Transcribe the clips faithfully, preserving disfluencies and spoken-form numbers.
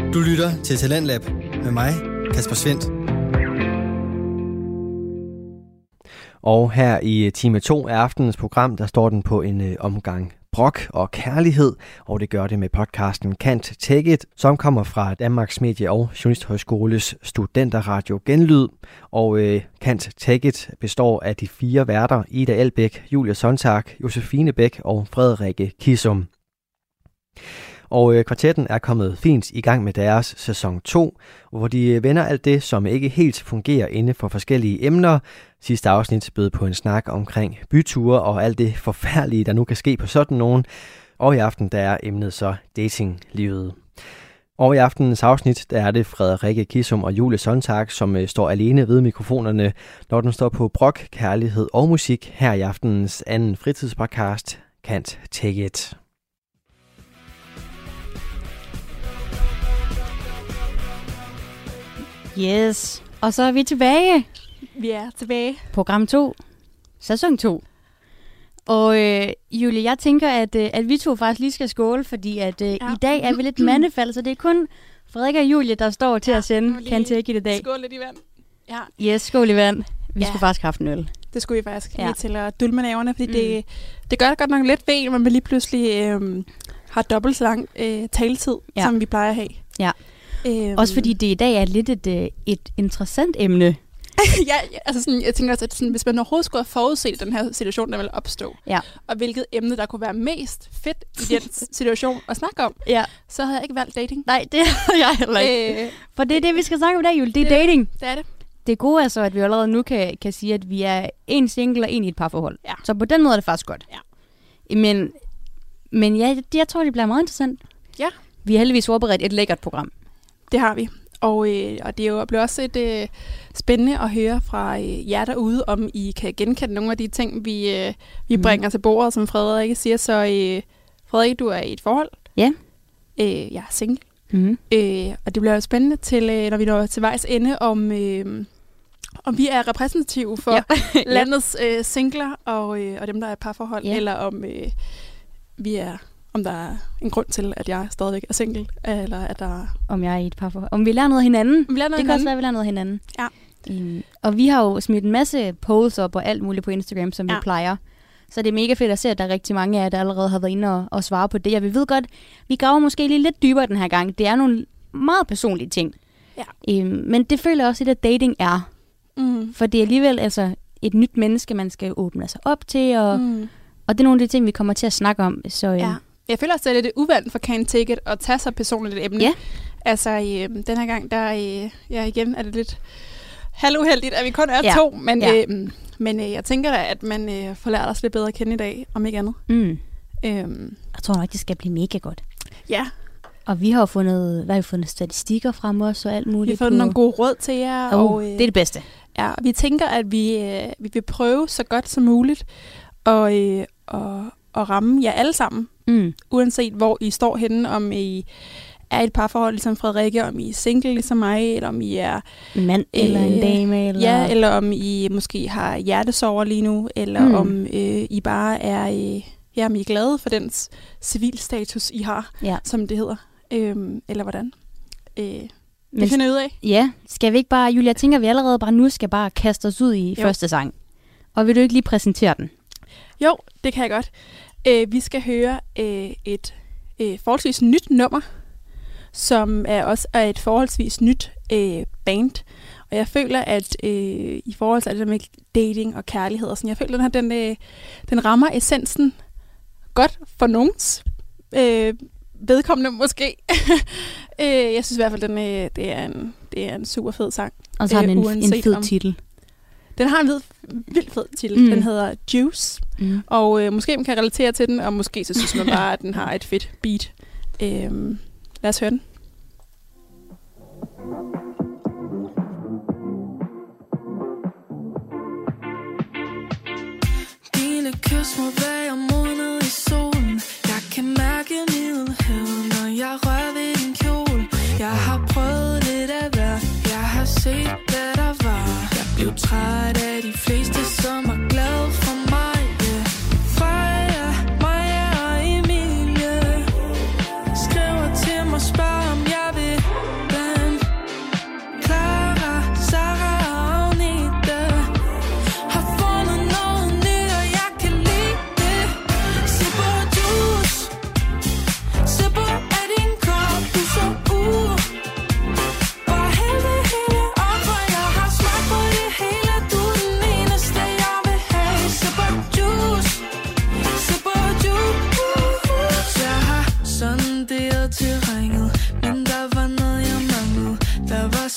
Du lytter til Talentlab med mig, Kasper Svendt. Og her i time to af aftenens program, der står den på en øh, omgang brok og kærlighed, og det gør det med podcasten Can't Take It, som kommer fra Danmarks Medie- og Journalisthøjskoles studenterradio Genlyd. Og øh, Can't Take It består af de fire værter, Ida Elbæk, Julia Sontag, Josefine Bæk og Frederikke Kissum. Og øh, kvartetten er kommet fint i gang med deres sæson to, hvor de vender alt det, som ikke helt fungerer inden for forskellige emner. Sidste afsnit bød på en snak omkring byture og alt det forfærdelige, der nu kan ske på sådan nogen. Og i aften der er emnet så datinglivet. Og i aftenens afsnit der er det Frederikke Kissum og Julie Sontag, som øh, står alene ved mikrofonerne, når den står på brok, kærlighed og musik her i aftenens anden fritidspodcast, Can't Take It. Yes, og så er vi tilbage. Vi er tilbage. Program to, sæson to. Og øh, Julie, jeg tænker, at, øh, at vi to faktisk lige skal skåle, fordi at øh, ja. i dag er vi lidt mandefald, så det er kun Frederikke og Julie, der står til ja, at sende Can't Take It i dag. Skål lidt i vand. Ja. Yes, skål i vand. Vi ja. skulle faktisk have en øl. Det skulle vi faktisk ja. lige til at dulme naverne, fordi mm. det, det gør godt nok lidt ved, når man lige pludselig øh, har dobbelt så lang øh, taletid, ja. som vi plejer at have. Ja. Øhm. Også fordi det i dag er lidt et, et interessant emne. ja, altså sådan, jeg tænker også, at sådan, hvis man overhovedet skulle have forudset den her situation, der ville opstå, ja. og hvilket emne, der kunne være mest fedt i den situation at snakke om, ja. så havde jeg ikke valgt dating. Nej, det havde jeg heller ikke. Øh, For det er det, vi skal snakke om i dag, Julie. Det er det, dating. Det er det. Det er gode er så, at vi allerede nu kan, kan sige, at vi er en single og en i et parforhold. Ja. Så på den måde er det faktisk godt. Ja. Men, men ja, jeg tror, det bliver meget interessant. Ja. Vi har heldigvis forberedt et lækkert program. Det har vi. Og, øh, og det er jo blevet også et øh, spændende at høre fra øh, jer derude, om I kan genkende nogle af de ting, vi, øh, vi mm. bringer til bordet, som Frederik siger. Så øh, Frederik, du er i et forhold. Ja. Øh, jeg er single. Mm. Øh, og det bliver jo spændende, til, øh, når vi når til vejs ende, om, øh, om vi er repræsentative for ja. landets øh, singler og, øh, og dem, der er i parforhold, ja. eller om øh, vi er... om der er en grund til, at jeg stadigvæk er single, eller at der... Om jeg er i et parforhold. Om vi lærer noget af hinanden. Vi lærer noget det kan også være, at vi lærer noget af hinanden. Ja. Um, og vi har jo smidt en masse polls op og alt muligt på Instagram, som ja. vi plejer. Så det er mega fedt at se, at der er rigtig mange af jer, der allerede har været inde og, og svare på det. Og vi ved godt, vi graver måske lige lidt dybere den her gang. Det er nogle meget personlige ting. Ja. Um, men det føler også lidt, at dating er. Mm. For det er alligevel altså, et nyt menneske, man skal åbne sig op til. Og, mm. og det er nogle af de ting, vi kommer til at snakke om. Så, um, ja. Jeg føler også, at det er lidt uvandt for Can't Take It at tage sig personligt et emne. Ja. Altså, øh, den her gang, der øh, ja, igen er det lidt halvuheldigt, at vi kun er ja. to. Men, ja. øh, men øh, jeg tænker da, at man øh, får lært os lidt bedre at kende i dag, om ikke andet. Mm. Øhm. Jeg tror nok, det skal blive mega godt. Ja. Og vi har jo fundet, hvad har vi fundet statistikker frem også og alt muligt. Vi har fået på... nogle gode råd til jer. Oh, og, øh, det er det bedste. Ja, og vi tænker, at vi, øh, vi vil prøve så godt som muligt og, øh, og, og ramme jer alle sammen. Mm. Uanset hvor I står henne, om I er i et parforhold ligesom Frederikke, om I er single ligesom mig, eller om I er en mand øh, eller en dame. Eller... Ja, eller om I måske har hjertesorger lige nu, eller mm. om øh, I bare er, øh, ja, om I er glade for den civilstatus, I har, ja. som det hedder. Øhm, eller hvordan. Øh, det Men, finder ud af. Ja, skal vi ikke bare, Julia, jeg tænker, at vi allerede bare nu skal bare kaste os ud i jo. første sang. Og vil du ikke lige præsentere den? Jo, det kan jeg godt. Øh, vi skal høre øh, et øh, forholdsvis nyt nummer, som er også er et forholdsvis nyt øh, band. Og jeg føler, at øh, i forhold til det med dating og kærlighed og sådan, jeg føler, at den, øh, den rammer essensen godt for nogens øh, vedkommende måske. øh, jeg synes i hvert fald, den, øh, det, er en, det er en super fed sang. Og så har den øh, en, en fed om, titel. Den har en vid, vildt fed titel. Mm. Den hedder Juice. Mm. Og øh, måske man kan relatere til den, og måske så synes man bare, at den har et fedt beat. Øh, lad os høre den. Dine kys må være modnet i solen. Jeg kan mærke middelheden, når jeg rører ved din kjole. Jeg har prøvet lidt af hver. Jeg har set, hvad der var. Jeg blev træt af de fleste, som var glade for mig. Yeah. Freja, Maja og Emilie skriver til mig, spørger om jeg vil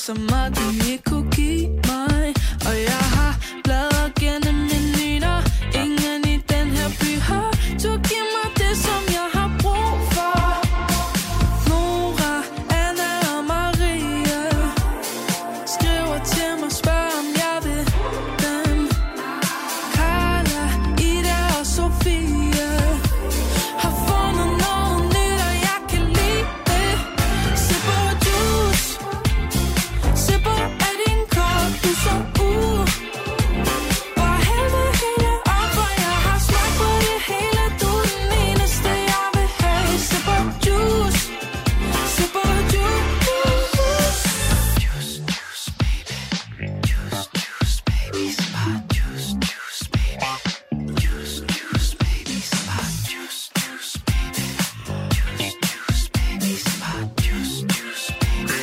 så meget du ikke kunne give mig. Og jeg har bladret gennem menüer. Ingen i den her by har du giver mig det, som jeg har brug for. Nora, Anna og Maria skriver til mig, spørger om jeg vil dem. Carla, Ida og Sofia har fundet noget nyt, og jeg kan lide det. Sipper og juice, sipper af din kop, du så uh. Bare hæld det hele op, for jeg har smagt på det hele. Du er den eneste, jeg vil have. Sipper og juice, sipper og juice. Juice, juice, baby. Juice, juice, baby. Smart juice, juice, baby. Juice, juice, baby. Smart juice, juice, baby. Juice, juice, baby. Smart juice, juice, baby.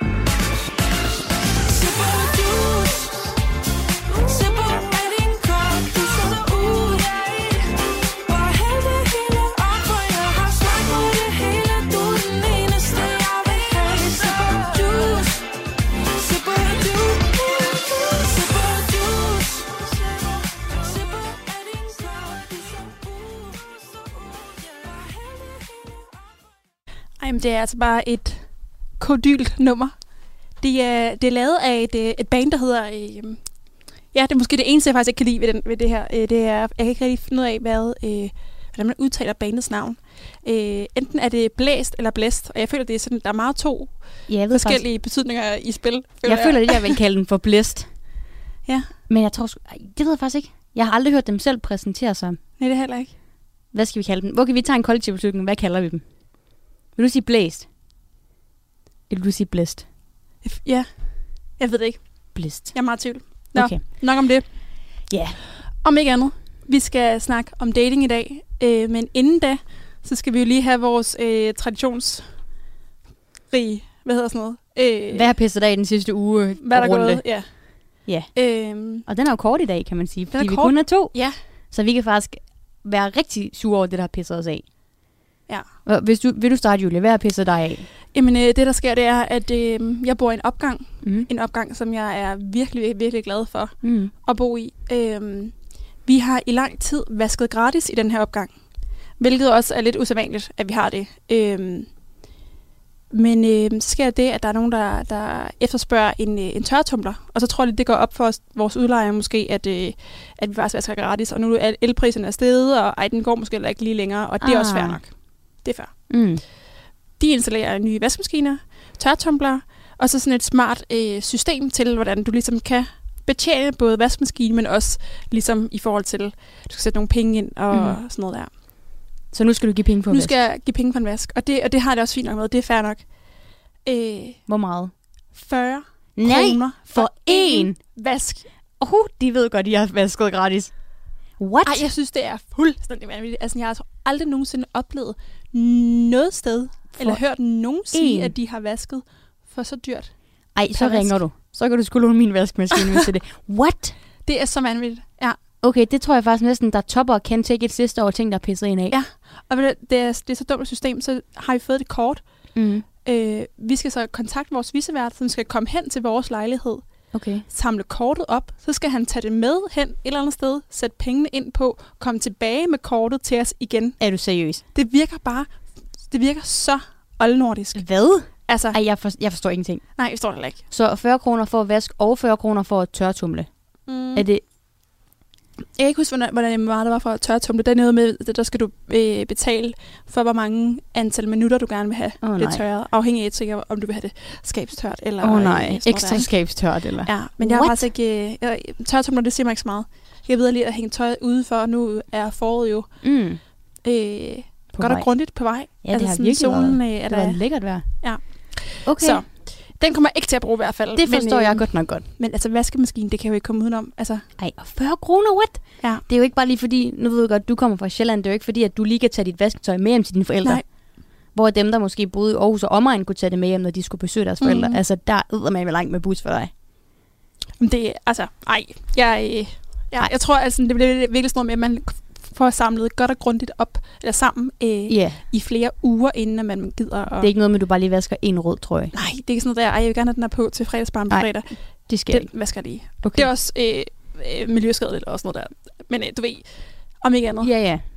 Sipper og juice, sipper af din kop, du så ud. Bare hæld det hele op, for jeg har smagt på det hele. Du er den eneste, jeg vil have. Sipper og juice, sipper og juice, sipper og juice, sipper af din kop, du så ud, så ud. Bare hæld det hele op. Ej, men det er altså bare et kodylt nummer. Det er, det er lavet af et, øh, et band, der hedder... Øh, ja, det er måske det eneste, jeg faktisk ikke kan lide ved, den, ved det her. Øh, det er, jeg kan ikke rigtig finde ud af, hvad, øh, hvordan man udtaler bandets navn. Øh, enten er det blæst eller blæst, og jeg føler, det er sådan, der er meget to Ja, jeg ved forskellige faktisk, betydninger i spil. jeg føler det, jeg vil kalde den for blæst. Ja, Men jeg tror, sgu- ej, det ved jeg faktisk ikke. Jeg har aldrig hørt dem selv præsentere sig. nej, det er heller ikke. Hvad skal vi kalde dem? Hvor kan vi tage en kollektiv beslutning? Hvad kalder vi dem? Vil du sige blæst? Eller vil du sige blæst? F- Ja, jeg ved det ikke. Blæst. Jeg er meget i tvivl. Nå, Okay. nok om det. Ja. Om ikke andet. Vi skal snakke om dating i dag. Øh, men inden da, så skal vi jo lige have vores øh, traditionsrige, hvad hedder sådan noget? Øh, Hvad har pisset dig i den sidste uge? hvad er der runde? gået? Ja. Ja. Øhm, Og den er jo kort i dag, kan man sige. er Fordi vi kort. kun er to. ja. Så vi kan faktisk være rigtig sure over det, der har pisset os af. Ja. Og Hvis du, vil du starte, Julie? Hvad har pisset dig af? Jamen, øh, det der sker, det er, at øh, jeg bor i en opgang. Mm. En opgang, som jeg er virkelig, virkelig glad for Mm. at bo i. Øhm, vi har i lang tid vasket gratis i den her opgang. Hvilket også er lidt usædvanligt, at vi har det. Øhm, men øh, så sker det, at der er nogen, der, der efterspørger en, øh, en tørretumbler. Og så tror jeg, det går op for os, vores udlejere måske, at, øh, at vi faktisk vasker gratis. Og nu er elprisen er steget, og ej, den går måske heller ikke lige længere. Og det er Ah. også fair nok. Det er fair. Mm. De installerer nye vaskemaskiner, tørretumbler, og så sådan et smart øh, system til, hvordan du ligesom kan betjene både vaskemaskinen, men også ligesom i forhold til, du skal sætte nogle penge ind og Mm. sådan noget der. Så nu skal du give penge på Nu vask. skal jeg give penge for en vask, og det, og det har det også fint nok med. Det er fair nok. Øh, Hvor meget? fyrre Nej, kroner for én. vask. Uh, de ved godt, de har vasket gratis. What? Ej, jeg synes, det er fuldstændig vanvittigt. Altså, jeg har aldrig nogensinde oplevet noget sted, For eller hørt nogen sige, én. at de har vasket for så dyrt. Ej, så per ringer vask. du. Så kan du sgu låne min vaskemaskine, hvis det er det. What? Det er så vanvittigt. Ja. Okay, det tror jeg faktisk næsten, der topper Can Take It sidste år ting, der er pisset ind af. Ja. Og ved du, det er, det er så dumt et system, så har vi fået det kort. Mm. Øh, vi skal så kontakte vores vicevært, som skal komme hen til vores lejlighed, Okay. samle kortet op, så skal han tage det med hen et eller andet sted, sætte pengene ind på, komme tilbage med kortet til os igen. Er du seriøs? Det virker bare, det virker så oldnordisk. Hvad? Altså, Ej, jeg, for, jeg forstår ingenting. nej, jeg står der ikke. Så fyrre kroner for at vaske, og fyrre kroner for at tørretumle. Mm. Er det... Jeg kan ikke huske, hvordan, hvordan meget der var for at tørretumle. Det er noget med, der skal du øh, betale for, hvor mange antal minutter, du gerne vil have Åh, det nej. tørret. Afhængig af, sikkert, om du vil have det skabstørt eller... Åh oh, nej, øh, står der, ekstra ikke? skabstørt, eller? Ja, men jeg har What? faktisk ikke... Øh, jeg, tørretumler, det siger mig ikke så meget. Jeg ved lige at hænge tøj ude for, og nu er foråret jo Mm. øh, På godt vej. og grundigt på vej. Ja, det har sådan virkelig solen, været. øh, er Det var der, lækkert vejr. Ja. Okay, Så den kommer jeg ikke til at bruge i hvert fald. det forstår men, jeg godt nok godt. Men altså, vaskemaskinen, det kan jo ikke komme udenom. Altså, Ej, og fyrre kroner, what? Ja. Det er jo ikke bare lige fordi, nu ved jeg godt, du kommer fra Sjælland, det er jo ikke fordi, at du lige kan tage dit vasketøj med hjem til dine forældre. nej. Hvor dem, der måske boede i Aarhus og omegn, kunne tage det med hjem, når de skulle besøge deres forældre. Mhm. Altså, der er man langt med bus for dig. Men det, altså, ej. Jeg, øh, jeg, jeg tror, altså, det bliver virkelig sådan noget med, at man får samlet godt og grundigt op, eller sammen øh, Yeah. i flere uger, inden at man gider. Og... Det er ikke noget med, at du bare lige vasker en rød trøje. Nej, det er ikke sådan noget der. Ej, jeg vil gerne have den her på til fredagsbarn på Nej, fredag. Det skal Den ikke. vasker jeg lige. Okay. Det er også øh, øh, miljøskadeligt og sådan noget der. Men øh, du ved, om ikke andet. Ja, ja.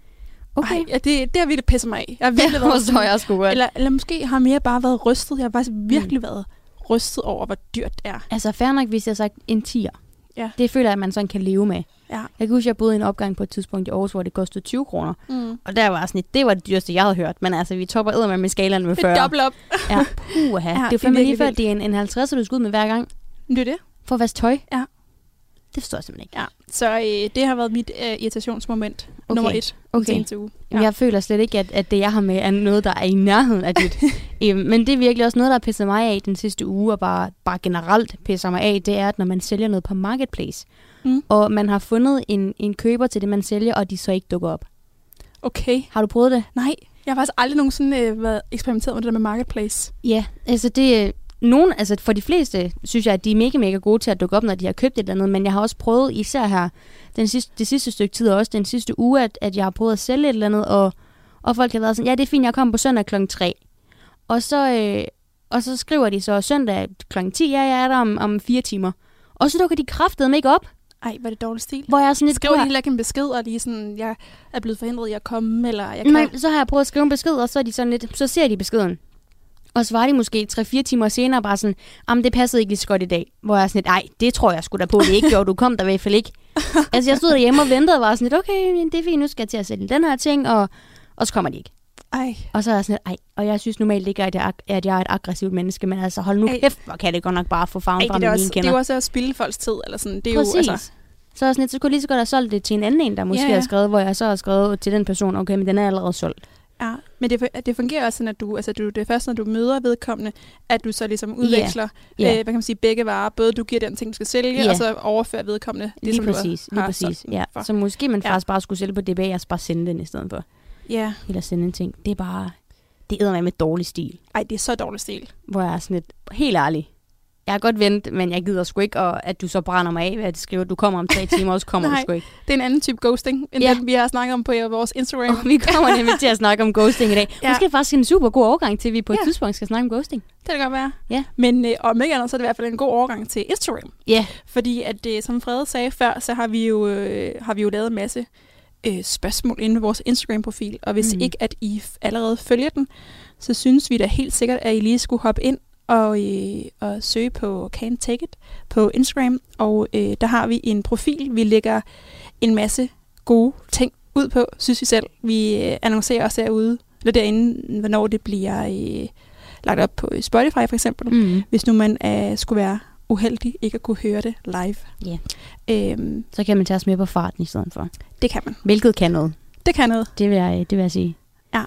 Okay. Ej, ja, det, det har virkelig pisset mig af. Jeg har virkelig Det været forstår sådan- jeg sgu godt. Eller, eller måske har mere bare været rystet. Jeg har faktisk virkelig mm. været rystet over, hvor dyrt det er. Altså, fair nok, hvis jeg har sagt en tier. Ja. Det føler jeg, at man sådan kan leve med. Ja. Jeg kan huske, at jeg boede i en opgang på et tidspunkt i Aarhus, hvor det kostede tyve kroner. Mm. Og der var sådan et, det var det dyreste, jeg havde hørt. Men altså, vi topper eddermame med skalaen med Det fyrre. er dobbelt op. Ja, puha. Ja, Ja, det er det jo er fandme lige virkelig før, vildt. det er en, en halvtredser, du skal ud med hver gang. Det er det. For at vaske tøj. Ja. Det forstår jeg simpelthen ikke. Ja. Så øh, det har været mit øh, irritationsmoment Okay. nummer et den Okay. seneste uge. Ja. Jeg føler slet ikke, at, at det, jeg har med, er noget, der er i nærheden af dit. øhm, men det er virkelig også noget, der har pisset mig af den sidste uge, og bare, bare generelt pisser mig af, det er, at når man sælger noget på Marketplace, Mm. og man har fundet en, en køber til det, man sælger, og de så ikke dukker op. Okay. Har du prøvet det? Nej, jeg har faktisk aldrig nogensinde øh, været eksperimenteret med det der med Marketplace. Ja, altså det nogen, altså for de fleste, synes jeg, at de er mega, mega gode til at dukke op, når de har købt et eller andet, men jeg har også prøvet, især her, den sidste, det sidste stykke tid, og også den sidste uge, at, at jeg har prøvet at sælge et eller andet, og, og folk har været sådan, ja, det er fint, jeg kommer på søndag klokken tre. Og så, øh, og så skriver de så søndag klokken ti, ja, jeg er der om, om fire timer. Og så dukker de kraftedeme ikke op, Ej, var det dårlig stil? hvor jeg er sådan lidt... Skriver de heller ikke en besked, og lige sådan, jeg er blevet forhindret i at komme, eller jeg kan... Nej, så har jeg prøvet at skrive en besked, og så er de sådan lidt, så ser de beskeden. Og så var de måske tre fire timer senere bare sådan, jamen det passede ikke lige så godt i dag. Hvor jeg er sådan lidt, ej, det tror jeg sgu da på, det ikke gjorde, du kom der i hvert fald ikke. Altså jeg stod derhjemme og ventede og var sådan lidt, okay, det er fint, nu skal jeg til at sælge den her ting, og, og så kommer de ikke. Ej. Og så er jeg sådan lidt, ej, og jeg synes normalt ikke, at jeg, er, at jeg er et aggressivt menneske, men altså hold nu Ej. kæft, hvor kan det godt nok bare få farven Ej, frem det, er i også, mine det er kender. jo også at spilde folks tid, eller sådan. Det er Præcis. jo, altså, Så er jeg sådan lidt, så skulle jeg lige så godt have solgt det til en anden en, der måske Ja, ja. har skrevet, hvor jeg så har skrevet til den person, okay, men den er allerede solgt. ja. Men det, det fungerer også sådan, at du, altså, du, det er først, når du møder vedkommende, at du så ligesom udveksler, Ja. øh, hvad kan man sige, begge varer. Både du giver den ting, du skal sælge, Ja. og så overfører vedkommende det, Lige som præcis, du lige har præcis. solgt den Ja. for. Så måske man Ja. faktisk bare skulle sælge på D B A, og så bare sende den i stedet for. Ja. Eller sende en ting. Det er bare, det æder mig med dårlig stil. Ej, det er så dårlig stil. Hvor jeg er sådan lidt, helt ærlig. Jeg har godt ventet, men jeg gider sgu ikke, og at du så brænder mig af, ved at skrive, at du kommer om tre timer, og så kommer du Nej. sgu ikke. Det er en anden type ghosting, end Ja. den, vi har snakket om på vores Instagram. Og vi kommer nemlig til at snakke om ghosting i dag. Ja. Måske faktisk en super god overgang til, at vi på et Ja. tidspunkt skal snakke om ghosting. Det kan det godt være. Ja. Men øh, om ikke andet, så er det i hvert fald en god overgang til Instagram. Ja. Fordi at, øh, som Frede sagde før, så har vi jo, øh, har vi jo lavet en masse øh, spørgsmål inde på vores Instagram-profil. Og hvis Mhm. mm. ikke, at I f- allerede følger den, så synes vi da helt sikkert, at I lige skulle hoppe ind og, øh, og søge på Can Take It på Instagram. Og øh, der har vi en profil. Vi lægger en masse gode ting ud på, synes vi selv. Vi øh, annoncerer også derude, eller derinde, hvornår det bliver øh, lagt op på Spotify for eksempel. Mm. Hvis nu man øh, skulle være uheldig ikke at kunne høre det live. Ja. Øhm, Så kan man tage os med på farten i stedet for. det kan man. Hvilket kan noget. Det kan noget. Det vil jeg, det vil jeg sige.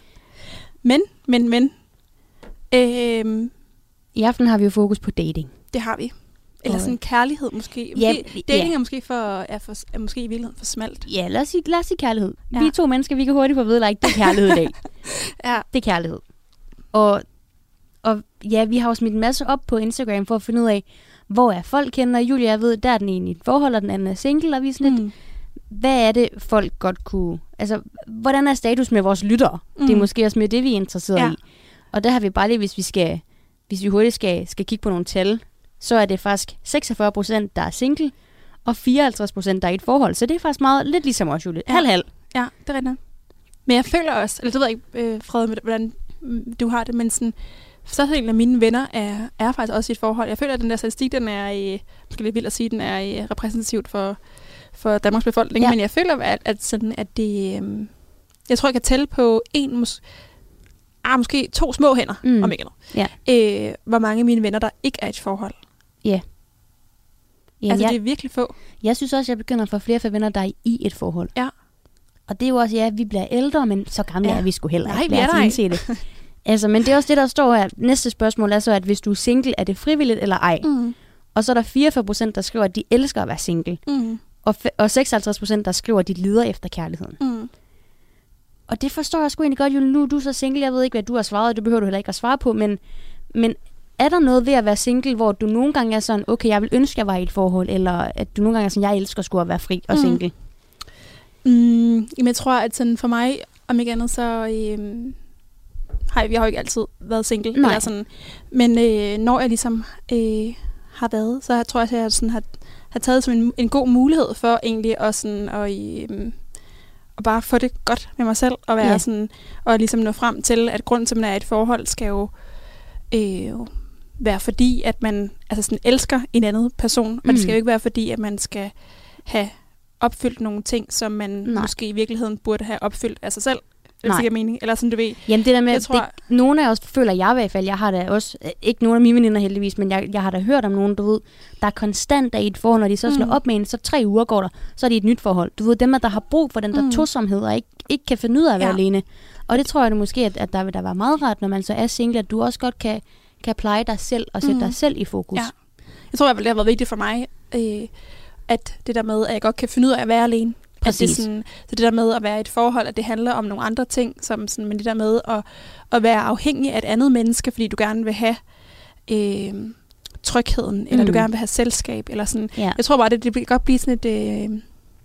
Men, men, men. Øhm, I aften har vi jo fokus på dating. det har vi. Eller Og- sådan kærlighed måske. Ja, måske dating ja. er måske, for, er, for, er måske i virkeligheden for smalt. Ja, lad os sige, lad os sige kærlighed. Ja. Ja. Vi to mennesker, vi kan hurtigt få at vide, like, det er kærlighed i dag. Ja. Det er kærlighed. Og, og ja, vi har jo smidt en masse op på Instagram for at finde ud af, hvor er folk kender. Julia, jeg ved, der er den ene i et forhold, og den anden er single, og vi er sådan lidt, Mm. hvad er det, folk godt kunne... Altså, hvordan er status med vores lyttere? Mm. Det er Mm. måske også med det, vi er interesseret Ja. i. Og der har vi bare lige, hvis vi skal, hvis vi hurtigt skal, skal kigge på nogle tal, så er det faktisk seksogfyrre procent, der er single, og fireoghalvtreds procent, der er i et forhold. Så det er faktisk meget lidt ligesom os, Julie. Ja. Halv-halv. Ja, det er rigtigt. Men jeg føler også, eller det ved jeg ikke, øh, Frede, hvordan mm, du har det, men sådan, størstedelen af mine venner er, er faktisk også i et forhold. Jeg føler, at den der statistik, den er, øh, måske lidt vildt at sige, den er øh, repræsentativt for, for Danmarks befolkning, Ja. men jeg føler, at, at, sådan, at det, øh, jeg tror, jeg kan tælle på en, mås- ah, måske to små hænder, Mm. mm. om ikke andet, Ja. øh, hvor mange af mine venner, der ikke er i et forhold. Jamen, altså, jeg, det er virkelig få. jeg synes også, jeg begynder at få flere og flere venner, der er i et forhold. Ja. Og det er jo også, ja, vi bliver ældre, men så gamle Ja. er vi sgu heller Nej, ikke. vi Lad er os der indse det. Altså, men det er også det, der står her. Næste spørgsmål er så, at hvis du er single, er det frivilligt eller ej? Mm. Og så er der fireogfyrre procent, der skriver, at de elsker at være single. Mm. Og, fe- og seksoghalvtreds procent, der skriver, at de lider efter kærligheden. Mm. Og det forstår jeg sgu egentlig godt, Julie. Nu er du så single. Jeg ved ikke, hvad du har svaret. Det behøver du heller ikke at svare på. Men, men er der noget ved at være single, hvor du nogle gange er sådan, okay, jeg vil ønske, jeg var i et forhold, eller at du nogle gange er sådan, jeg elsker sgu at være fri og Mm. single? Mm, jamen, jeg tror, at sådan for mig, om ikke andet, så øhm, har jeg, jeg har jo ikke altid været single. Nej. Eller sådan, men øh, når jeg ligesom øh, har været, så tror jeg, at jeg sådan har, har taget som en, en god mulighed for egentlig at, sådan, at, øh, at bare få det godt med mig selv, og være Ja. sådan, og ligesom nå frem til, at grunden til, at man er i et forhold, skal jo øh, være fordi, at man altså sådan elsker en anden person, mm. og det skal jo ikke være fordi, at man skal have opfyldt nogle ting, som man Nej. måske i virkeligheden burde have opfyldt af sig selv. Det er mening. Eller sådan, du ved. Jamen det der med, jeg tror, det, nogle af os føler jeg i hvert fald, jeg har da også, ikke nogen af mine veninder heldigvis, men jeg, jeg har da hørt om nogen, du ved, der er konstant er i et forhold, når de så slår mm. op med en, så tre uger går der, så er det et nyt forhold. Du ved, dem der har brug for den der mm. tosomhed, og ikke, ikke kan finde ud af at være ja. alene. Og det tror jeg det måske, at, at der vil der være meget rart, når man så er single, at du også godt kan, kan pleje dig selv, og sætte mm. dig selv i fokus. Ja. Jeg tror i hvert fald, det har været vigtigt for mig, øh, at det der med, at jeg godt kan finde ud af at være alene. Præcis. Det, sådan, så det der med at være i et forhold, at det handler om nogle andre ting, som sådan, men det der med at, at være afhængig af et andet menneske, fordi du gerne vil have øh, trygheden, eller mm. du gerne vil have selskab, eller sådan. Ja. Jeg tror bare, det, det kan godt blive sådan et, øh,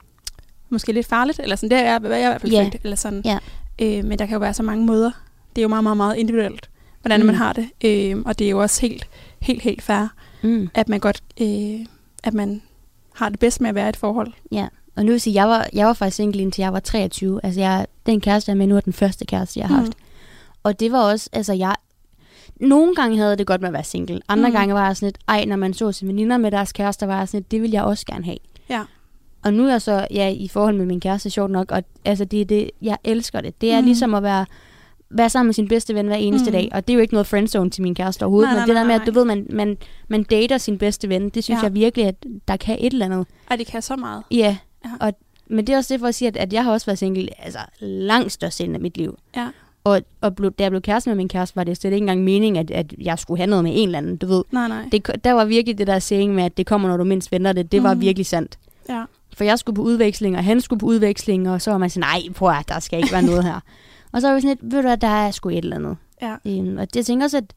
måske lidt farligt, eller sådan, det er jeg, jeg er i hvert fald yeah. eller sådan. Yeah. Øh, men der kan jo være så mange måder. Det er jo meget, meget, meget individuelt, hvordan mm. man har det, øh, og det er jo også helt, helt, helt fair, mm. at man godt, øh, at man har det bedst med at være i et forhold. Ja. Og nu vil jeg sige, jeg var, jeg var faktisk single indtil jeg var treogtyve. Altså, jeg, den kæreste, jeg er med nu, er den første kæreste, jeg har haft. Mm. Og det var også, altså, jeg... Nogle gange havde det godt med at være single. Andre mm. gange var jeg sådan lidt, ej, når man så sine veninder med deres kærester, var jeg sådan lidt, det vil jeg også gerne have. Ja. Og nu er jeg så, ja, i forhold med min kæreste, sjovt nok, og altså, det er det, jeg elsker det. Det er mm. ligesom at være... være sammen med sin bedste ven hver eneste mm. dag. Og det er jo ikke noget friendzone til min kæreste overhovedet, nej, nej, men det der med, at du ved, man, man, man dater sin bedste ven, det synes ja. jeg virkelig, at der kan et eller andet. Ej, det kan så meget. Ja, ja. Og, men det er også det for at sige, at, at jeg har også været single, altså langt størstedelen af mit liv. Ja. Og, og blev, da jeg blev kæreste med min kæreste, var det slet ikke engang mening, at, at jeg skulle have noget med en eller anden, du ved. Nej, nej. Det, der var virkelig det der saying med, at det kommer, når du mindst venter det. Det mm. var virkelig sandt. Ja. For jeg skulle på udveksling, og han skulle på udveksling, og så var man sådan, nej, prøv at der skal ikke være noget her. Og så var vi sådan lidt, ved du hvad, der er sgu et eller andet. Ja. Um, og det, jeg tænker også, at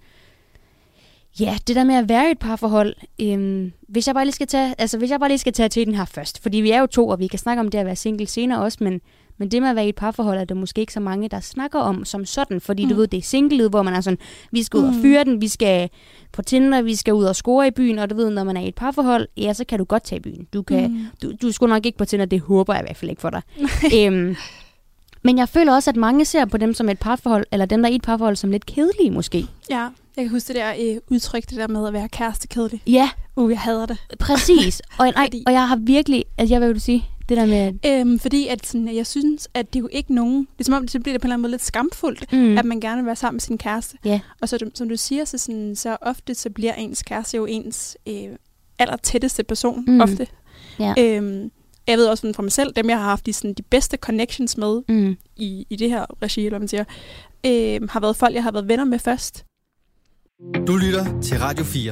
ja, det der med at være i et parforhold, um, hvis jeg bare lige skal tage, altså hvis jeg bare lige skal tage til den her først, fordi vi er jo to, og vi kan snakke om det at være single senere også, men, men det med at være i et parforhold, er der måske ikke så mange, der snakker om som sådan, fordi mm. du ved, det er single, hvor man er sådan, vi skal ud og fyre den, vi skal på Tinder, vi skal ud og score i byen, og du ved, når man er i et parforhold, ja, så kan du godt tage i byen. Du, kan, mm. du, du skulle nok ikke på Tinder, det håber jeg i hvert fald ikke for dig. um, Men jeg føler også, at mange ser på dem som et parforhold, eller dem, der er i et parforhold, som lidt kedelige måske. Ja, jeg kan huske det der øh, udtryk, det der med at være kærestekedelig. Ja. Uh, jeg hader det. Præcis. Og, nej, og jeg har virkelig, altså jeg vil jo sige, det der med... Øhm, fordi at sådan, jeg synes, at det er jo ikke nogen... Det er som om, det bliver det på en eller anden måde lidt skamfuldt, mm. at man gerne vil være sammen med sin kæreste. Yeah. Og så som du siger, så, sådan, så ofte så bliver ens kæreste jo ens øh, aller tætteste person. Mm. Ofte. Yeah. Øhm, jeg ved også fra mig selv, dem jeg har haft de, sådan, de bedste connections med mm. i, i det her regi, eller hvad man siger, øh, har været folk, jeg har været venner med først. Du lytter til Radio fire.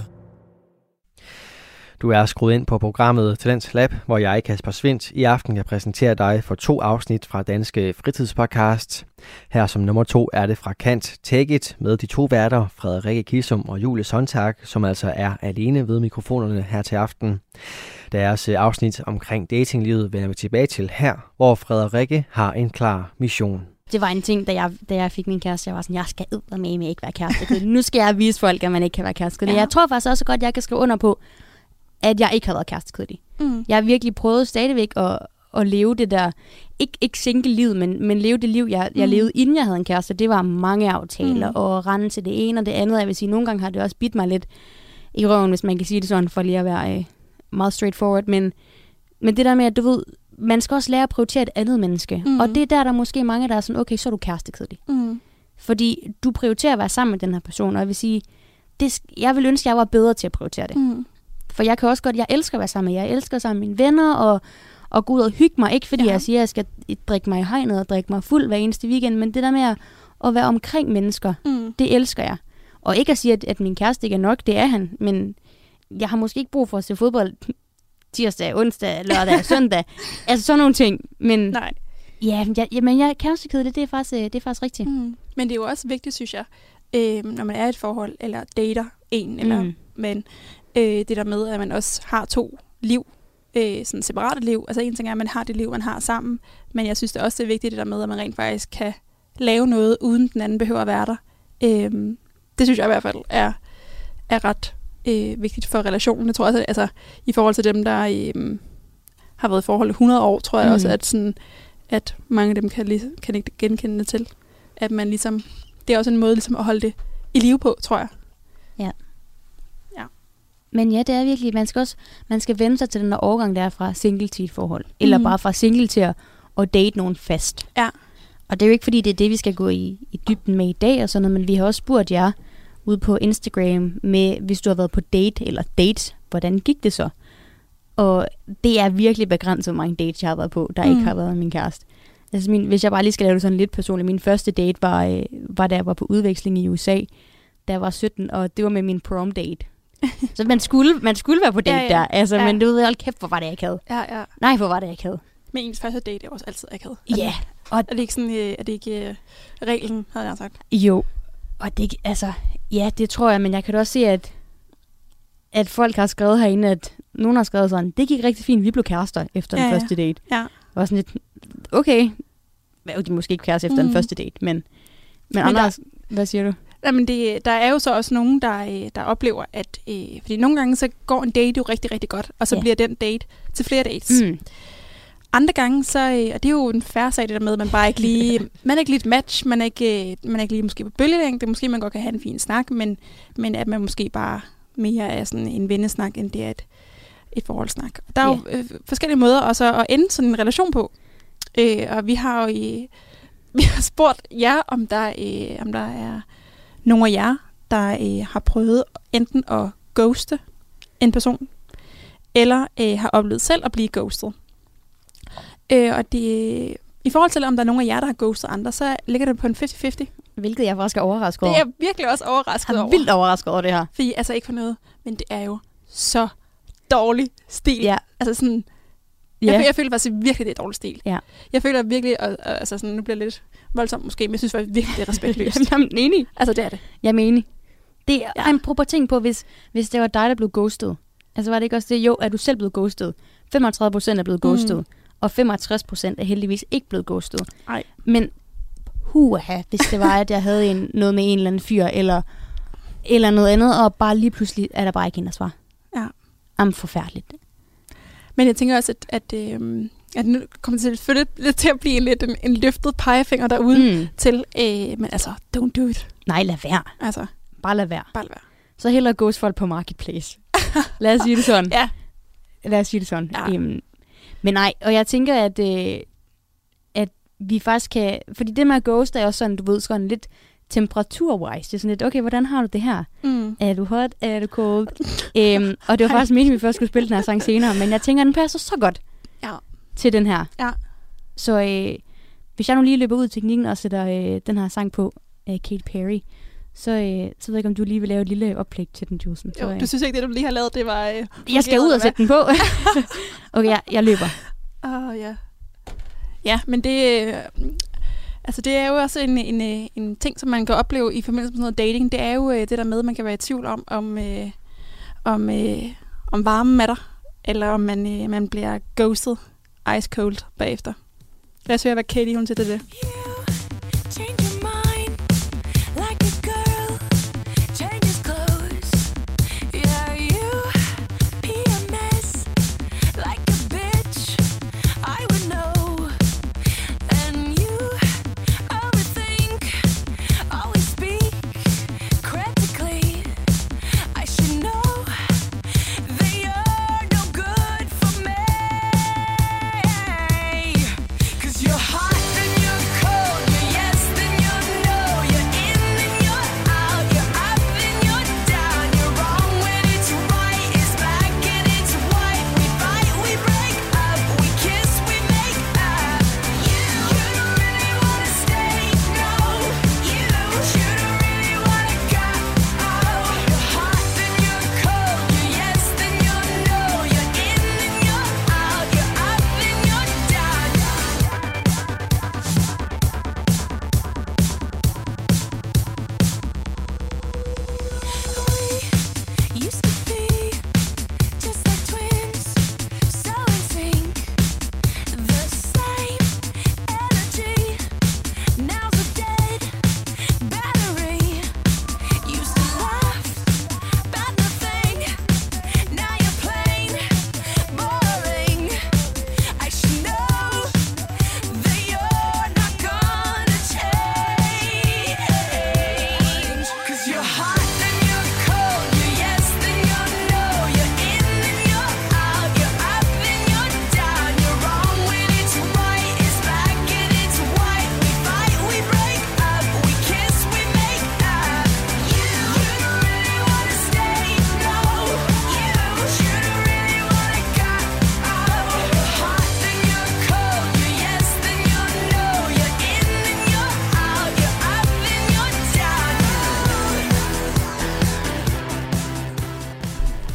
Du er skruet ind på programmet Talents Lab, hvor jeg, Kasper Svindt, i aften kan præsentere dig for to afsnit fra Danske Fritidspodcast. Her som nummer to er det fra Kant Take It med de to værter, Frederikke Kissum og Julie Sontag, som altså er alene ved mikrofonerne her til aften. Deres afsnit omkring datinglivet vender vi tilbage til her, hvor Frederikke har en klar mission. Det var en ting, da jeg, da jeg fik min kæreste, jeg var sådan, jeg skal eddermame med ikke være kæreste. Nu skal jeg vise folk, at man ikke kan være kæreste. Ja. Jeg tror faktisk også godt, jeg kan skrive under på, at jeg ikke har været kærestekedelig. Mm. Jeg har virkelig prøvet stadigvæk at, at leve det der, ikke, ikke single-liv, men, men leve det liv, jeg, jeg mm. levede, inden jeg havde en kæreste. Det var mange aftaler, mm. og rende til det ene og det andet. Jeg vil sige, nogle gange har det også bidt mig lidt i røven, hvis man kan sige det sådan, for lige at være øh, meget straightforward. Men, men det der med, at du ved, man skal også lære at prioritere et andet menneske. Mm. Og det er der, der er måske mange, der er sådan, okay, så er du kærestekedelig. Mm. Fordi du prioriterer at være sammen med den her person, og jeg vil sige, det, jeg vil ønske, at jeg var bedre til at prioritere det. Mm. For jeg kan også godt, jeg elsker at være sammen med jer. Jeg elsker sammen med mine venner og, og gå ud og hygge mig. Ikke fordi ja. jeg siger, at jeg skal drikke mig i hegnet og drikke mig fuld hver eneste weekend, men det der med at, at være omkring mennesker, mm. det elsker jeg. Og ikke at sige, at, at min kæreste ikke er nok, det er han. Men jeg har måske ikke brug for at se fodbold tirsdag, onsdag, lørdag, søndag. Altså sådan nogle ting. Men nej. Ja, jeg, jamen jeg er kærestekedelig, det er faktisk, det er faktisk rigtigt. Mm. Men det er jo også vigtigt, synes jeg, øh, når man er i et forhold, eller dater en, eller mm. men... Øh, det der med, at man også har to liv. øh, sådan separate liv. Altså en ting er, at man har det liv, man har sammen, men jeg synes det også, det er vigtigt det der med, at man rent faktisk kan lave noget, uden den anden behøver at være der. Øh, det synes jeg i hvert fald er, er ret øh, vigtigt for relationen. Jeg tror også, at, altså, i forhold til dem, der øh, har været i forhold i hundrede år, tror jeg mm. også, at, sådan, at mange af dem kan, lige, kan ikke genkende det til. At man ligesom, det er også en måde ligesom, at holde det i live på, tror jeg. Ja. Ja. Men ja, det er virkelig, man skal også, man skal vende sig til den der overgang, der er fra single til et forhold. Eller Mhm. bare fra single til at, at date nogen fast. Ja. Og det er jo ikke, fordi det er det, vi skal gå i, i dybden med i dag og sådan noget, men vi har også spurgt jer ude på Instagram med, hvis du har været på date eller dates, hvordan gik det så? Og det er virkelig begrænset, hvor mange dates jeg har været på, der mm. ikke har været med min kæreste. Altså min, hvis jeg bare lige skal lave det sådan lidt personligt, min første date var, øh, var da jeg var på udveksling i U S A, da jeg var sytten, og det var med min prom date. Så man skulle, man skulle være på date Ja, ja. der, altså, Ja. men du ved, hold kæft, hvor var det, jeg ikke havde. Ja, ja. Nej, hvor var det, jeg ikke havde. Men ens første date er også altid akavet. Ja, og Er det ikke sådan, øh, er det ikke øh, reglen, havde jeg sagt? jo, og det, altså, ja, det tror jeg, men jeg kan da også se, at, at folk har skrevet herinde, at nogen har skrevet sådan, det gik rigtig fint, vi blev kærester efter Ja, den ja. første date. Ja. Det var sådan lidt, okay, jo, de er måske ikke kærester efter Mhm. den første date, men, men, men der- andre, har- hvad siger du? Jamen det, der er jo så også nogen, der, øh, der oplever, at øh, fordi nogle gange så går en date jo rigtig, rigtig godt, og så Ja. bliver den date til flere dates. Mm. Andre gange, så, øh, og det er jo en færre sag, det der med, at man bare ikke lige, man er ikke lige et match, man er ikke, øh, man er ikke lige måske på bølgelængde, måske man godt kan have en fin snak, men, men at man måske bare mere er sådan en vennesnak, end det er et, et forholdssnak. Der er jo øh, forskellige måder også at ende sådan en relation på, øh, og vi har jo i, vi har spurgt jer, om der, øh, om der er nogle af jer, der øh, har prøvet enten at ghoste en person, eller øh, har oplevet selv at blive ghostet. Øh, og det, i forhold til, om der er nogen af jer, der har ghostet andre, så ligger det på en halvtreds halvtreds. Hvilket jeg faktisk er overrasket Det over. er jeg virkelig også overrasket Jeg er over. vildt overrasket over det her. Fordi, altså ikke for noget, men det er jo så dårlig stil. Ja. Altså sådan, Ja. jeg, jeg føler faktisk virkelig, det er dårlig stil. Ja. Jeg føler virkelig, og, og, altså sådan, nu bliver det lidt voldsomt måske, men jeg synes faktisk virkelig, det er respektløst. Jamen, jeg er enig. Altså det er det. Jeg er enig. Det er Ja. ja. en proper ting på, hvis, hvis det var dig, der blev ghostet. Altså var det ikke også det? Jo, er du selv blevet ghostet. femogtredive procent er blevet ghostet. Mm. Og femogtres procent er heldigvis ikke blevet ghostet. Nej. Men huha, hvis det var, at jeg havde en, noget med en eller anden fyr, eller, eller noget andet, og bare lige pludselig er der bare ikke en, der svarer. Ja. Jamen, forfærdeligt. Men jeg tænker også, at, at, øhm, at nu kommer det selvfølgelig lidt til at blive en, lidt en, en løftet pegefinger derude Mm. til, øh, men altså, don't do it. Nej, lad være. Altså, Bare lad være. bare lad være. Så hellere ghost folk på Marketplace. Lad os sige det sådan. Ja. Lad os sige det sådan. Ja. Øhm, men nej, og jeg tænker, at, øh, at vi faktisk kan... Fordi det med at ghost er også sådan, du ved, sådan lidt temperatur-wise. Det er sådan lidt, okay, hvordan har du det her? Mm. Er du hot? Er du cold? øhm, og det var faktisk meningen, at vi først skulle spille den her sang senere, men jeg tænker, at den passer så godt Ja. til den her. Ja. Så øh, hvis jeg nu lige løber ud i teknikken og sætter øh, den her sang på, af Katy Perry, så, øh, så ved jeg ikke, om du lige vil lave et lille oplæg til den, Jusen. Jo, Så, øh, du synes ikke, det du lige har lavet, det var... Øh, jeg skal ud og sætte den på. Okay, jeg, jeg løber. Åh, oh, ja. Ja, men det... Øh, altså, det er jo også en, en, en, en ting, som man kan opleve i forbindelse med sådan noget dating. Det er jo øh, det der med, at man kan være i tvivl om, om, øh, om, øh, om varmen er der, eller om man, øh, man bliver ghosted ice cold bagefter. Lad os høre, hvad Katie hun siger til det. Change your mind like a girl changes clothes. Yeah, you P M S like a bitch. I would know. And you overthink, always speak critically. I should know that you're no good for me. 'Cause you're hot and you're cold.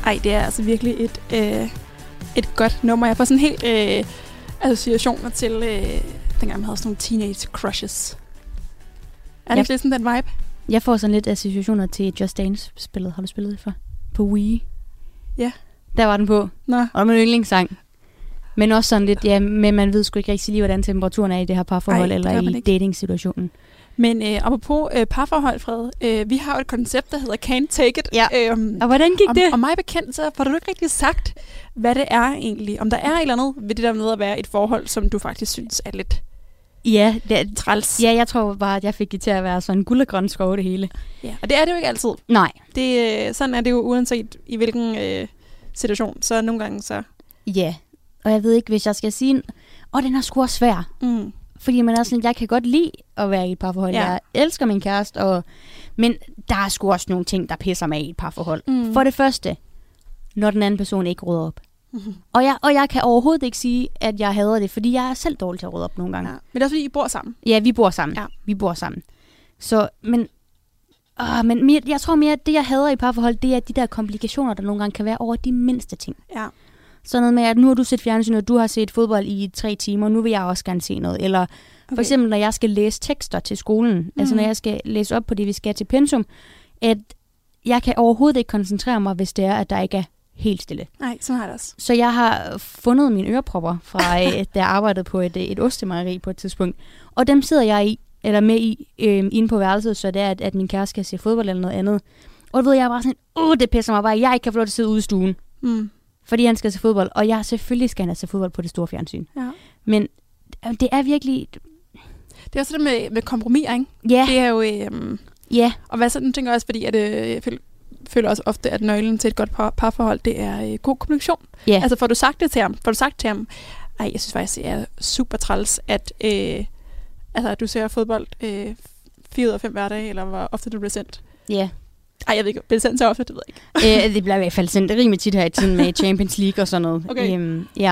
Ej, det er altså virkelig et, øh, et godt nummer. Jeg får sådan helt øh, associationer til, øh, dengang man havde sådan nogle teenage crushes. Er det Ja. ikke lidt sådan den vibe? Jeg får sådan lidt associationer til Just Dance-spillet. Har du spillet det for? På Wii. Ja. Der var den på. Nå. Og det var min yndlingssang. Men også sådan lidt, ja, men man ved sgu ikke rigtig lige, hvordan temperaturen er i det her parforhold, Ej, det eller gør man i ikke. dating-situationen. Men øh, apropos øh, parforhold, Fred, øh, vi har jo et koncept, der hedder Can't Take It. Ja. Øhm, Og hvordan gik og, det? og mig bekendt, så får du ikke rigtig sagt, hvad det er egentlig. Om der er et eller andet ved det der med at være et forhold, som du faktisk synes er lidt Ja, det, træls. ja, jeg tror bare, at jeg fik det til at være sådan guld og grøn skov det hele. Ja. Og det er det jo ikke altid. Nej. Det, øh, sådan er det jo uanset i hvilken øh, situation. Så nogle gange så... Ja. Og jeg ved ikke, hvis jeg skal sige... Åh, oh, den er sgu også svær. Mm. Fordi man er sådan, jeg kan godt lide at være i et parforhold. Ja. Jeg elsker min kæreste, og... men der er sgu også nogle ting, der pisser mig i et parforhold. Mm. For det første, når den anden person ikke rydder op. Mm-hmm. Og jeg, og jeg kan overhovedet ikke sige, at jeg hader det, fordi jeg er selv dårlig til at rydde op nogle gange. Ja. Men det er også fordi, I bor sammen. Ja, vi bor sammen. Ja. Vi bor sammen. Så, men... Åh, men mere, jeg tror mere, at det, jeg hader i parforhold, det er de der komplikationer, der nogle gange kan være over de mindste ting. Ja. Sådan noget med, at nu har du set fjernsyn, og du har set fodbold i tre timer, nu vil jeg også gerne se noget. Eller okay. For eksempel, når jeg skal læse tekster til skolen, mm. altså når jeg skal læse op på det, vi skal til pensum, at jeg kan overhovedet ikke koncentrere mig, hvis det er, at der ikke er helt stille. Nej, sådan har jeg det også. Så jeg har fundet mine ørepropper fra, øh, da jeg arbejdede på et, et ostemejeri på et tidspunkt. Og dem sidder jeg i, eller med i, øh, inde på værelset, så det er, at, at min kæreste skal se fodbold eller noget andet. Og du ved, jeg er bare sådan, åh, det pisser mig bare, at jeg ikke kan få lov til at sidde ude i stuen. Mm. Fordi han skal se fodbold, og jeg selvfølgelig skal han se fodbold på det store fjernsyn. Ja. Men øh, det er virkelig... Det er også det med, med kompromiser, ikke? Ja, Det er jo... Øh, ja, og hvad sådan tænker jeg også, fordi at, øh, jeg føler, føler også ofte, at nøglen til et godt par, parforhold, det er øh, god kommunikation. ja. Altså får du sagt det til ham? Får du sagt til ham, ej, jeg synes faktisk, det er super træls, at øh, altså, du ser fodbold øh, fire ud af fem hverdage, eller hvor ofte du bliver sendt. ja. Ej, jeg ved ikke, bliver det sendt så ofte, det ved jeg ikke. øh, det bliver i hvert fald sendt rimelig tit her i tiden med Champions League og sådan noget. Okay. Øhm, ja.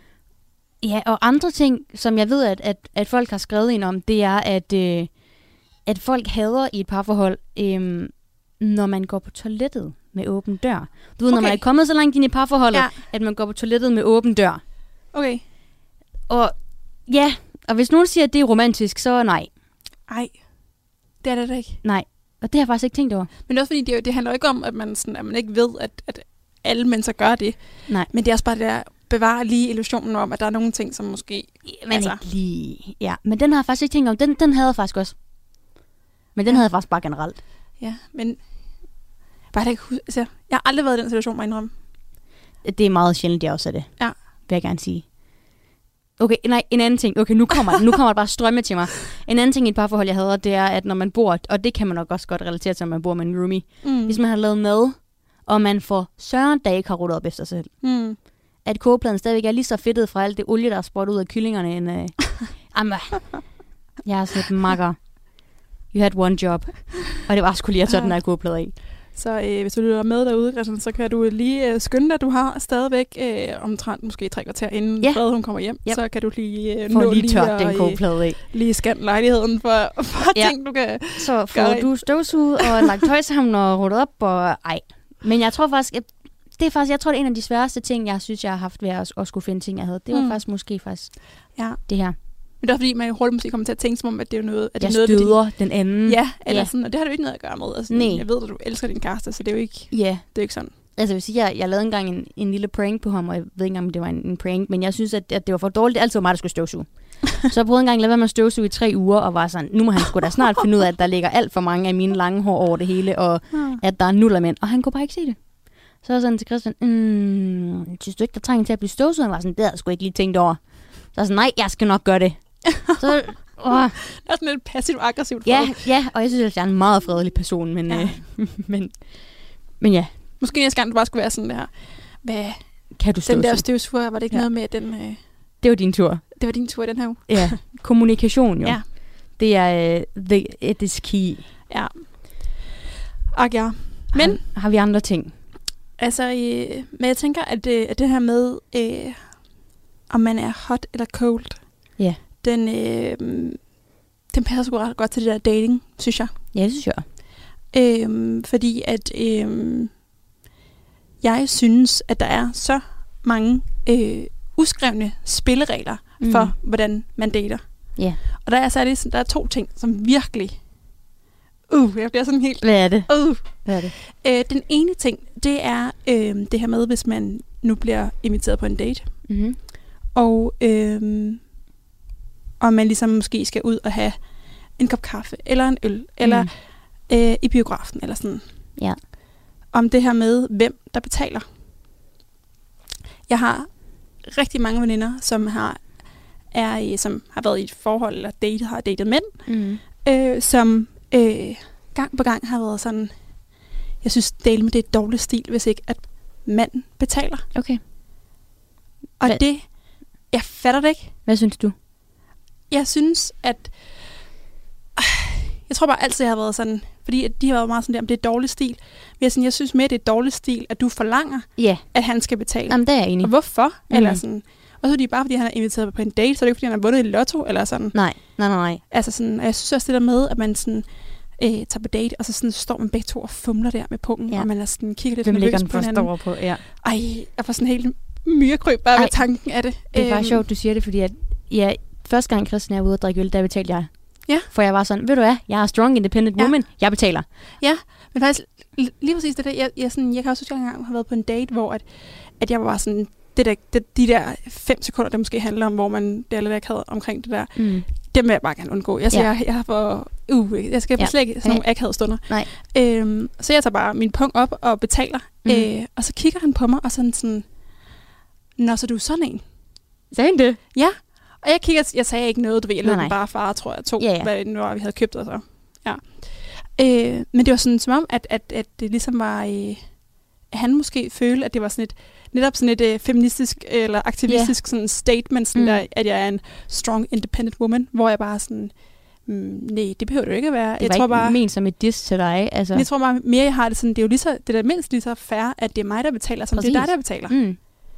Ja, og andre ting, som jeg ved, at, at, at folk har skrevet ind om, det er, at, øh, at folk hader i et parforhold, øh, når man går på toilettet med åben dør. Du ved, okay. Når man er kommet så langt ind i parforholdet, Ja. at man går på toilettet med åben dør. Okay. Og ja, og hvis nogen siger, at det er romantisk, så nej. Ej, det er det da ikke. Nej. Og det har jeg faktisk ikke tænkt over. Men det er også fordi, det, er jo- det handler jo ikke om, at man, sådan, at man ikke ved, at, at alle mennesker gør det. Nej. Men det er også bare det der, bevare lige illusionen om, at der er nogle ting, som måske... Men altså, ikke lige... Ja, men den har jeg faktisk ikke tænkt om. Den, den havde jeg faktisk også. Men den Ja. havde jeg faktisk bare generelt. ja, men... Bare da ikke huske, altså, jeg har aldrig været i den situation, må jeg indrømme. Det er meget sjældent, jeg også er det. Ja. Vil jeg gerne sige. Okay, nej, en anden ting. Okay, nu kommer det. Nu kommer det bare strømme til mig. En anden ting i et parforhold, jeg hader, det er, at når man bor, og det kan man nok også godt relatere til, når man bor med en roomie. Mm. Hvis man har lavet mad, og man for søren dag ikke har ryddet op efter sig selv. Mm. At kogepladen stadigvæk er lige så fedtet fra alt det olie, der er sprøjtet ud af kyllingerne. End, øh... Amma. Jeg er sådan et makker. You had one job. Og det var sgu lige at tage den her kogeplade af. Så øh, hvis du lytter med derude, Christian, så kan du lige øh, skynde dig, du har stadigvæk øh, omtrent måske tre kvarter inden Ja. Fred, hun kommer hjem. Yep. Så kan du lige øh, For nå lige tørt den at, kogeplade af. øh, lige scanne lejligheden for, for Ja. ting, du kan... Så får Gør du støvsuget og lagt tøj sammen og ryddet op, og ej. Men jeg tror faktisk, at det er faktisk, jeg tror, det er en af de sværeste ting, jeg synes, jeg har haft ved at, at skulle finde ting, jeg havde. Det var Mm. mm. faktisk måske faktisk Ja. det her. Men det er også fordi, man jo hurtigt måske kommer til at tænke som om, at det er noget... At det Jeg er noget ved støder den anden. Din, ja, eller Ja. sådan, og det har du ikke noget at gøre med. Altså, Nej. Jeg ved, at du elsker din kæreste, så det er jo ikke, Ja. det er ikke sådan. Altså jeg vil sige, jeg, jeg lavede engang en, en lille prank på ham, og jeg ved ikke, om det var en, en prank, men jeg synes, at, at det var for dårligt. Det altid var mig, der skulle støvsuge. Så jeg prøvede engang at lade være med at støvsuge i tre uger, og var sådan, nu må han sgu da snart finde ud af, at der ligger alt for mange af mine lange hår over det hele, og Ja. at der er nullermænd. Og han kunne bare ikke se det. Så var jeg sådan til Christian, mm, synes du ikke, der trænger til at blive støvsuget? Han var sådan, det havde jeg sgu ikke lige tænkt over. Så jeg var sådan, nej, jeg skal nok gøre det. Så, åh, Det er sådan lidt passivt-aggressivt. ja, ja, og jeg synes, at jeg er en meget fredelig person, men, Ja. ja. øh, men, men ja, Måske næste gang, du bare skulle være sådan der... Hvad, kan du den der støvsuge? støvsuger, var det ikke Ja. noget med, at den... Øh, Det var din tur. det var din tur i den her uge? Ja, kommunikation jo. Ja. Det er, uh, the, it is key. Ja. Og ja. Men, har, har vi andre ting? altså, øh, men jeg tænker, at, øh, at det her med, øh, om man er hot eller cold, Ja. den, øh, den passer sgu ret godt til det der dating, synes jeg. Ja, det synes jeg. Øh, fordi at, øh, jeg synes, at der er så mange øh, uskrevne spilleregler Mm. for, hvordan man dater. Ja. Og der er særligt, der er to ting, som virkelig... Uh, jeg bliver sådan helt... Hvad er det? Uh. Hvad er det? Øh, den ene ting, det er øh, det her med, hvis man nu bliver inviteret på en date, Mm-hmm. og, øh, og man ligesom måske skal ud og have en kop kaffe, eller en øl, eller Mm. øh, i biografen, eller sådan. Ja. Om det her med, hvem der betaler. Jeg har rigtig mange veninder, som har, er i, som har været i et forhold, eller datet, har datet mænd, Mm. øh, som øh, gang på gang har været sådan, jeg synes, dele med det er dårlig stil, hvis ikke at manden betaler. Okay. Og Hvad- det, jeg fatter det ikke. Hvad synes du? Jeg synes, at jeg tror bare altid, jeg har været sådan, fordi at de har været meget sådan der, om det er dårlig stil. Men jeg, sådan, jeg synes mere, det er dårlig stil, at du forlanger, Ja. at han skal betale. Jamen, det er jeg enig. Og hvorfor? Mhm. Mm. Eller sådan. Og så er det bare, fordi han er inviteret på en date, så er det ikke, fordi han har vundet i lotto, eller sådan. Nej, nej, nej, nej. Altså sådan, og jeg synes også det der med, at man sådan, øh, tager på date, og så, sådan, så står man begge to og fumler der med pungen, Ja. ja. og man er sådan, kigger lidt Hvem ligger nervøs den på hinanden. først over på? Ja. Ej, jeg får sådan helt myrekryb bare Ej. ved tanken af det. Det er bare Øhm, sjovt, du siger det, fordi at, ja, første gang Christian er ude og drikke øl, der betalte jeg. Ja. For jeg var sådan, ved du hvad, jeg er strong independent Ja. woman, jeg betaler. Men faktisk, li- lige præcis det der, jeg, jeg, sådan, jeg kan også huske, at jeg engang har været på en date, hvor at, at jeg var sådan, det der, det, de der fem sekunder, der måske handler om, hvor man det er lidt akavet omkring det der, Mm. dem vil jeg bare gerne undgå. Jeg, siger, Ja. jeg, jeg har for, uh, jeg skal Ja. ja. slet ikke sådan nogle akavede stunder. Nej. Øhm, så jeg tager bare min punkt op og betaler, Mhm. øh, og så kigger han på mig, og sådan sådan, nå, så du er sådan en. Sagde han det? Ja, og jeg kigger, jeg sagde ikke noget, du ved, jeg Nej, lød nej. den bare far, tror jeg, to, Ja, ja. hvad det nu var, vi havde købt, og så, ja. Øh, men det var sådan, som om, at, at, at det ligesom var, øh, at han måske følte, at det var sådan et, netop sådan et øh, feministisk eller aktivistisk sådan statement, sådan Mm. der, at jeg er en strong, independent woman, hvor jeg bare sådan, mm, nej, det behøver det jo ikke at være. Det Jeg var tror ikke bare, ment som et diss til dig. Altså. men jeg tror bare mere, jeg har det sådan, det er jo lige så, det er da mindst lige så fair, at det er mig, der betaler, som det er Præcis. dig, der betaler. Mm.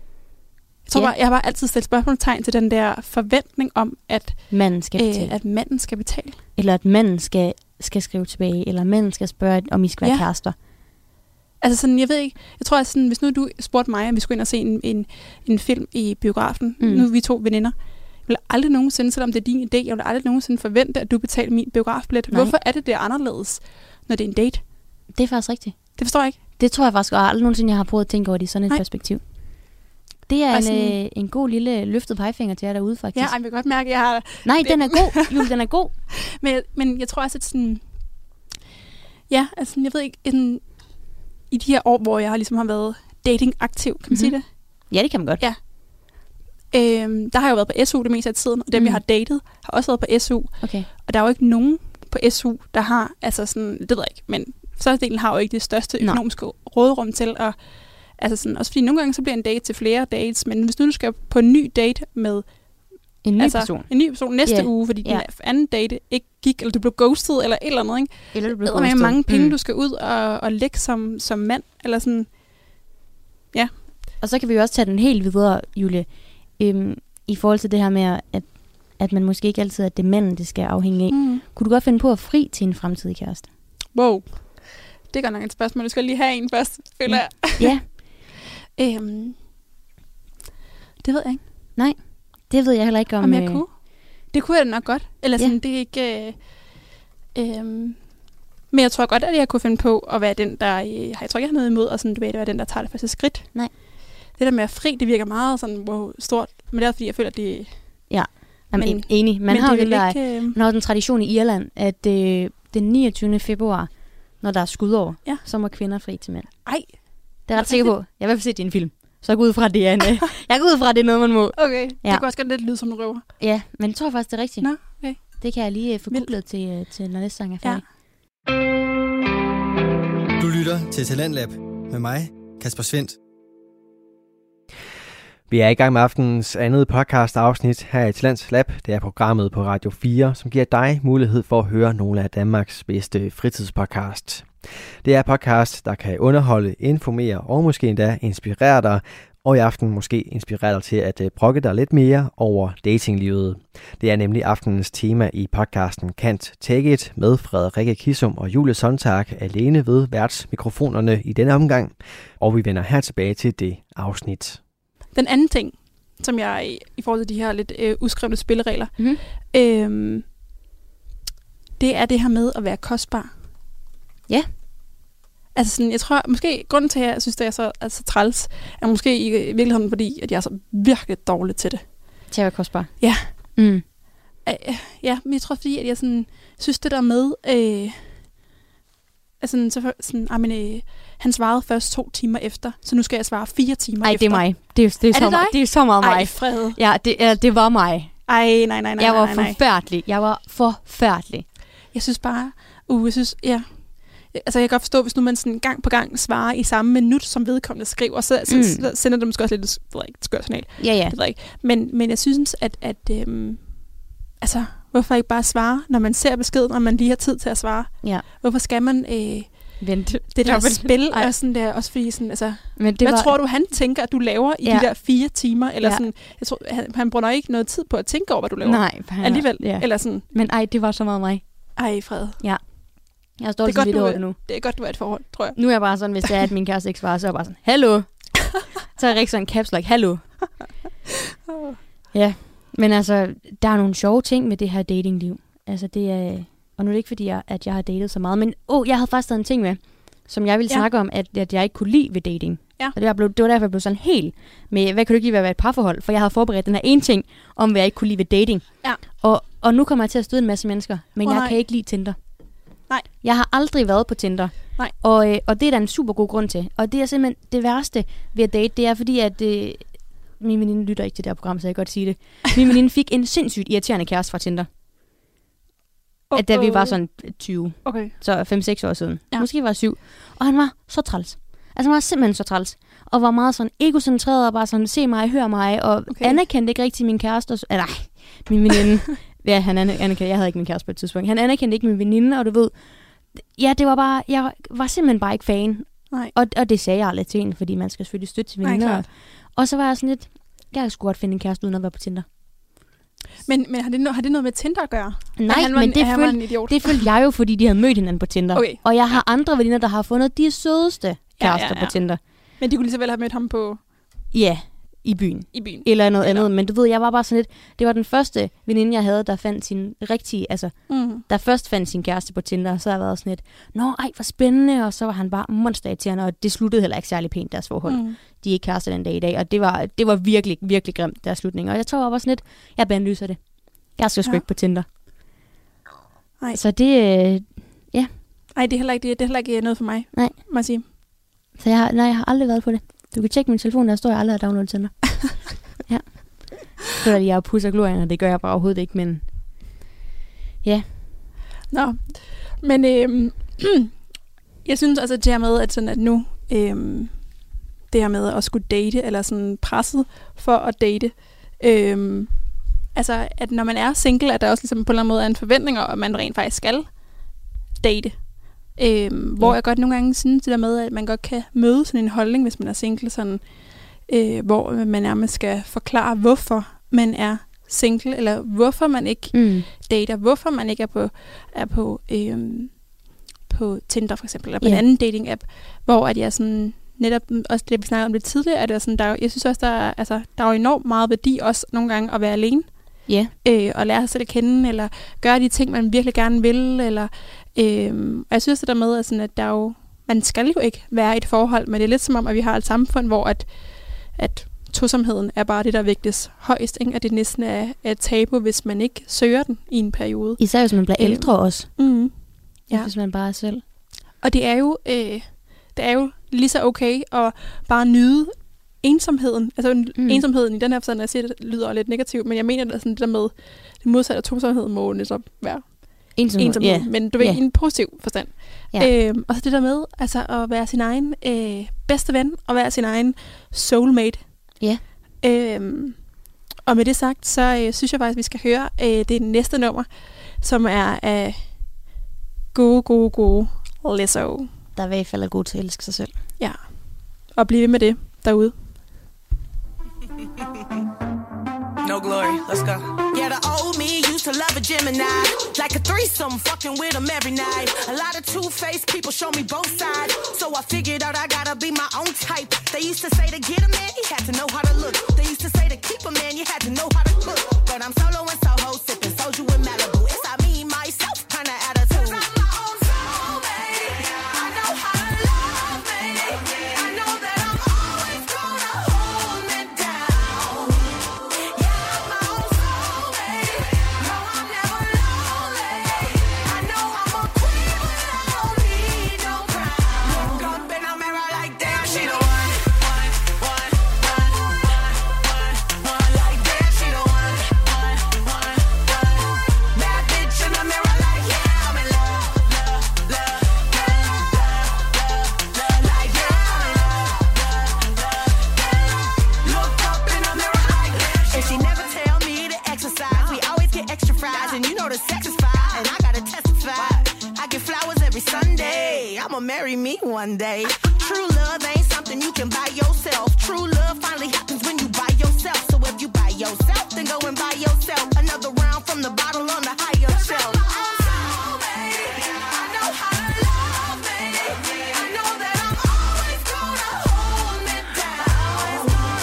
Jeg tror Ja. bare, jeg har bare altid stillet spørgsmålstegn til den der forventning om, at, Manden skal betale. øh, at manden skal betale. Eller at manden skal, skal skrive tilbage. Eller manden skal spørge, om I skal være Ja. kærester. Altså sådan, jeg ved ikke, jeg tror, at sådan, hvis nu du spurgte mig, at vi skulle ind og se en, en, en film i biografen, Mm. mm. nu er vi to veninder, jeg vil aldrig nogensinde, selvom det er din idé, jeg vil aldrig nogensinde forvente, at du betaler min biografbillet. Nej. Hvorfor er det, det er anderledes, når det er en date? Det er faktisk rigtigt. Det forstår jeg ikke. Det tror jeg faktisk aldrig nogensinde, jeg har prøvet at tænke over det i sådan et Nej. perspektiv. Det er Og en, sådan- øh, en god lille løftet pegefinger til jer derude, faktisk. Ja, ej, jeg kan godt mærke, at jeg har... Nej, det- den er god. Julie, den er god. Men, men jeg tror også, at sådan... Ja, altså, jeg ved ikke, sådan, i de her år, hvor jeg ligesom har været dating-aktiv, kan man Mhm. sige det? Ja, det kan man godt. Ja. Øhm, der har jeg jo været på S U det meste af tiden, og dem, Mm. jeg har datet, har også været på S U. Okay. Og der er jo ikke nogen på S U, der har, altså sådan, det ved jeg ikke, men størstedelen har jo ikke det største Nej. økonomiske råderum til at, altså sådan, også fordi nogle gange så bliver en date til flere dates, men hvis nu du skal på en ny date med En ny altså, person. en ny person næste Ja. uge, fordi Ja. din anden date ikke gik, eller du blev ghosted, eller et eller andet, ikke? Eller du Det er med mange penge, mm. du skal ud og, og lægge som, som mand, eller sådan, Og så kan vi jo også tage den helt videre, Julie. Øhm, I forhold til det her med, at, at man måske ikke altid er det mænd, det skal afhænge af. mm. Kunne du godt finde på at fri til en fremtidig kæreste? Wow. Det er godt nok et spørgsmål. Du skal lige have en først, føler jeg. Ja, Øhm, det ved jeg ikke, det ved jeg heller ikke om. om jeg øh, kunne. Det kunne jeg da nok godt. Eller sådan, Ja. ja. det er ikke... Øh, øhm, men jeg tror godt, at jeg kunne finde på at være den, der... Øh, jeg tror ikke, jeg har noget imod, og sådan, du ved, at være den, der tager det første skridt. Nej. Det der med at fri, det virker meget sådan, wow, stort. Men det er også, fordi jeg føler, at det... Jamen, men- men, enig. Man men har jo det er den der, vel ikke... Øh, man har jo den tradition i Irland, at øh, den niogtyvende februar, når der er skudår, Ja. så må kvinder fri til mænd. ej, Det er jeg ret sikker på. Jeg har i hvert fald set din film. Så jeg går ud fra, at det er, en, øh, jeg går ud fra, at det er noget, man må. okay. Ja. Det kunne også godt lidt lyde som en røver. Ja, men jeg tror faktisk, det er rigtigt. Nå, okay. Det kan jeg lige øh, få Vildt. googlet til, øh, til, når næste sang er Ja. færdig. Du lytter til Talentlab med mig, Kasper Svendt. Vi er i gang med aftenens andet podcast afsnit her i Talents Lab. Det er programmet på Radio fire, som giver dig mulighed for at høre nogle af Danmarks bedste fritidspodcast. Det er podcast, der kan underholde, informere og måske endda inspirere dig. og i aften måske inspirere dig til at uh, brokke dig lidt mere over datinglivet. Det er nemlig aftenens tema i podcasten Can't Take It med Frederikke Kissum og Julie Sontag alene ved værtsmikrofonerne i denne omgang, og vi vender her tilbage til det afsnit. Den anden ting, som jeg i, i forhold til de her lidt øh, uskrevne spilleregler, Mm-hmm. øh, det er det her med at være kostbar. Ja. Altså sådan, jeg tror, måske grunden til, at jeg synes, det er så, altså, så træls, er måske i, i virkeligheden, fordi at jeg er så virkelig dårlig til det. Til at være kostbar. Ja. Mm. Uh, ja, men jeg tror, fordi at jeg sådan, synes, det der med, øh, altså så, sådan, I mean, øh, han svarede først to timer efter, så nu skal jeg svare fire timer Ej, efter. det er mig. Det er, det er, Er så, det meget, dig? det er så meget mig. Ej, Fred. Ja, det, ja, det var mig. Ej, nej, nej, nej, Jeg var nej, nej. forfærdelig. Jeg var forfærdelig. Jeg synes bare, uh, jeg synes, ja. Altså, jeg kan godt forstå, hvis nu man sådan gang på gang svarer i samme minut, som vedkommende skriver, så, så, Mm. så sender det måske også lidt, ved jeg ikke, et skørt signal. Ja, ja. Det ved jeg ikke. Men, men jeg synes, at, at øhm, altså, hvorfor ikke bare svare, når man ser beskeden, og man lige har tid til at svare? Ja. Hvorfor skal man øh, Vent. det der Dobbelt. spil? Ej. Er sådan der, også fordi sådan, altså, Men det hvad var, tror du, han tænker, at du laver i Ja. de der fire timer? Eller Ja. sådan, jeg tror, han, han bruger nok ikke noget tid på at tænke over, hvad du laver. Nej, for han, Alligevel. Ja. Eller sådan, Men ej, det var så meget mig. ej, Fred. Jeg står Det er lidt godt, lidt du over er- det nu. Det er godt, du er i et forhold, tror jeg. Nu er jeg bare sådan, hvis det er, at min kæreste ikke svarer, så er jeg bare sådan, hallo. Så er jeg rigtig sådan en caps like, hallo. Ja, men altså, der er nogle sjove ting med det her datingliv. Altså, det er... Og nu er det ikke, fordi jeg, at jeg har datet så meget, men åh, oh, jeg havde faktisk taget en ting med, som jeg ville Ja. snakke om, at, at jeg ikke kunne lide ved dating. Ja. Og det var, blev, det var derfor, jeg blev sådan helt med, hvad kan du ikke lide ved at være et parforhold? For jeg havde forberedt den her ene ting, om hvad jeg ikke kunne lide ved dating. Ja. Og, og nu kommer jeg til at støde en masse mennesker, men Åh, jeg nej. kan ikke lide Tinder. Nej. Jeg har aldrig været på Tinder. Nej. Og, øh, og det er der en super god grund til. Og det er simpelthen det værste ved at date, det er fordi, at øh, min veninde lytter ikke til det her program, så jeg kan godt sige det. Min veninde fik en sindssygt irriterende kæreste fra Tinder. Oh, At da vi var sådan tyve, Okay. så fem seks år siden. Ja. Ja. Måske var jeg syv. Og han var så træls. Altså han var simpelthen så træls. Og var meget sådan egocentreret og bare sådan, se mig, hør mig. Og Okay. okay. anerkendte ikke rigtig min kæreste. Og, ah, nej, min veninde. Ja, han anerkendte, jeg havde ikke min kæreste på et tidspunkt. Han anerkendte ikke min veninde, og du ved, ja, det var bare, jeg var simpelthen bare ikke fan. Nej. Og, og det sagde jeg aldrig til hende, fordi man skal selvfølgelig støtte til Nej, veninder. klart. Og så var jeg sådan lidt, jeg skulle godt finde en kæreste uden at være på Tinder. Men, men har, det no- har det noget med Tinder at gøre? Nej, At han var men en, det at han var følte, en idiot? det følte jeg jo, fordi de havde mødt hinanden på Tinder. Okay. Og jeg har andre veninder, der har fundet de sødeste kærester ja, ja. på Tinder. Men de kunne lige så vel have mødt ham på Ja, i byen. i byen. Eller noget Eller- andet. Men du ved, jeg var bare sådan lidt, det var den første veninde, jeg havde, der fandt sin rigtige, altså, Mm. der først fandt sin kæreste på Tinder, og så har jeg været sådan lidt, nå, ej, hvor spændende, og så var han bare monsterirriterende, og det sluttede heller ikke særlig pænt, deres forhold. Mm. De er ikke kærester den dag i dag, og det var, det var virkelig, virkelig grimt, deres slutning. Og jeg tror bare sådan lidt, jeg bandlyser det. Jeg skal sgu Ja. ikke på Tinder. Nej. Så det, øh, Ej, det er heller ikke, det er heller ikke noget for mig, Nej. må jeg sige. så jeg har, nej, jeg har aldrig været på det. Du kan tjekke min telefon, der står, jeg aldrig har downloadet Tinder. Ja. Så er det, jeg pusser glorien, det gør jeg bare overhovedet ikke, men Nå, men øhm, jeg synes altså det her med, at, sådan, at nu øhm, det her med at skulle date, eller sådan presset for at date, øhm, altså at når man er single, at der også ligesom på en eller anden måde er en forventning om, at man rent faktisk skal date. Øhm, hvor Ja. jeg godt nogle gange synes det der med, at man godt kan møde sådan en holdning, hvis man er single, sådan, øh, hvor man nærmest skal forklare, hvorfor man er single, eller hvorfor man ikke mm, dater, hvorfor man ikke er på, er på, øhm, på Tinder for eksempel, eller på Ja. en anden dating-app, hvor at jeg sådan, netop også det, vi snakkede om lidt tidligere, at det er sådan, der, er jo- jeg synes også, der er, altså, der er jo enormt meget værdi også nogle gange at være alene, ja, øh, og lære sig selv at kende, eller gøre de ting, man virkelig gerne vil, eller, øh, og jeg synes det der med, at, sådan, at der er jo, man skal jo ikke være i et forhold, men det er lidt som om, at vi har et samfund, hvor at, at tosomheden er bare det, der vægtes højst, ikke? At det næsten er, er et tabu, hvis man ikke søger den i en periode. især hvis man bliver Øhm, ældre også, Mm. Ja. ja. hvis man bare er selv. Og det er jo, øh, det er jo lige så okay at bare nyde ensomheden. Altså Mm. mm. ensomheden i den her forstand, jeg siger, det lyder lidt negativt, men jeg mener, at sådan det der med det modsatte af tosomhed må netop være Ensomhed, ensomhed. ja. Men du ved, Ja. i en positiv forstand. Ja. Øhm, og så det der med altså, at være sin egen øh, bedste ven, og være sin egen soulmate. Ja. Øhm, og med det sagt, så øh, synes jeg faktisk, at vi skal høre øh, det næste nummer, som er af gode, gode, gode Lizzo. Der er i hvert fald er god til at elske sig selv. Ja. Og blive ved med det derude. no glory. Let's go. Yeah, the old me used to love a Gemini. Like a threesome, fucking with them every night. A lot of two-faced people show me both sides. So I figured out I gotta be my own type. They used to say to get a man, you had to know how to look. They used to say to keep a man, you had to know how to cook. But I'm solo and Soho, sipping soju in Malibu. It's I, me, myself, kind of attitude. 'Cause I'm my own soulmate. I know how to love me. I know that I'm always gonna hold me down. Yeah, I'm my own soulmate. No, I'm never lonely. I know I'm a queen when I don't need no crown. Look up in the mirror like, damn, she the one. One, one, one, one, one, one. Like, damn, she the one. One, one, one. Bad bitch in the mirror like, yeah, I'm in love, love, love, love, love, love. Like, yeah, I'm in love, love, love, love. Look up in the mirror like, damn, she. And she never tell me to exercise. We always get extra fries, and you know the sex is fire. And I gotta testify, I get flowers every Sunday. I'ma marry me one day. True love ain't something you can buy yourself. True love finally happens when you buy yourself. So if you buy yourself, then go and buy yourself another round from the bottle on the higher shelf. I know how to love me. I know that I'm always gonna hold me down.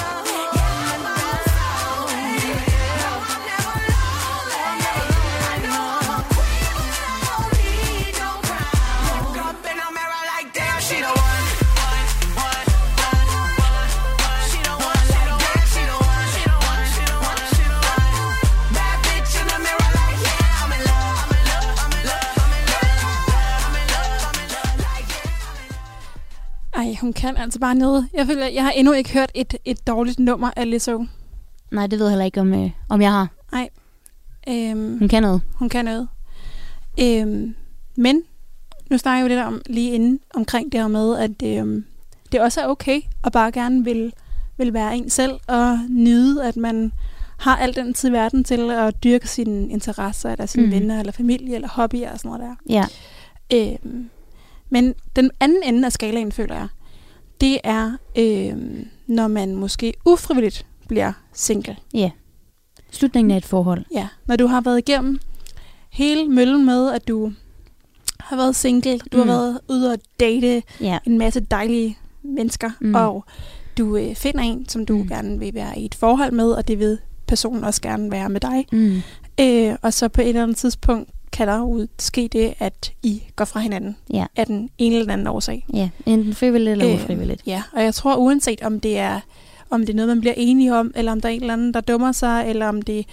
Yeah, I'm my soulmate. No, I'm never lonely. I know I'm a queen when I don't need no crown. Look up in the mirror like, damn, she the one. One, one, one, one, one. She the one. Like, damn, she the one. She the one. She the one. She the one. Bad bitch in the mirror like, yeah, I'm in love. I'm in love. I'm in love. I'm in love. I'm in love. I'm in love. Like, yeah, I'm in love. Ej, hun kan altså bare noget. Jeg føler, jeg har endnu ikke hørt et, et dårligt nummer af Lizzo. Nej, det ved jeg heller ikke, om, øh, om jeg har. Nej. Øhm, Hun kan noget. hun kan noget. Øhm, men nu snakker jeg jo lidt om lige inden omkring det her med, at øhm, det også er okay at bare gerne vil, vil være en selv og nyde, at man har al den tid i verden til at dyrke sine interesser, eller sine Mhm. venner, eller familie, eller hobbyer og sådan noget der. Ja. Øhm, men den anden ende af skalaen, føler jeg, det er, øhm, når man måske ufrivilligt bliver single. Ja. Slutningen af et forhold. Ja, når du har været igennem hele møllen med, at du har været single, du Mm. har været ude og date Ja. en masse dejlige mennesker, Mm. og du øh, finder en, som du Mm. gerne vil være i et forhold med, og det vil personen også gerne være med dig. Mm. Øh, og så på et eller andet tidspunkt kan der jo ske det, at I går fra hinanden Ja. af den ene eller den anden årsag. Ja, enten frivilligt eller Øh, ufrivilligt. Ja, og jeg tror uanset om det er om det er noget, man bliver enige om, eller om der er en eller anden, der dummer sig, eller om det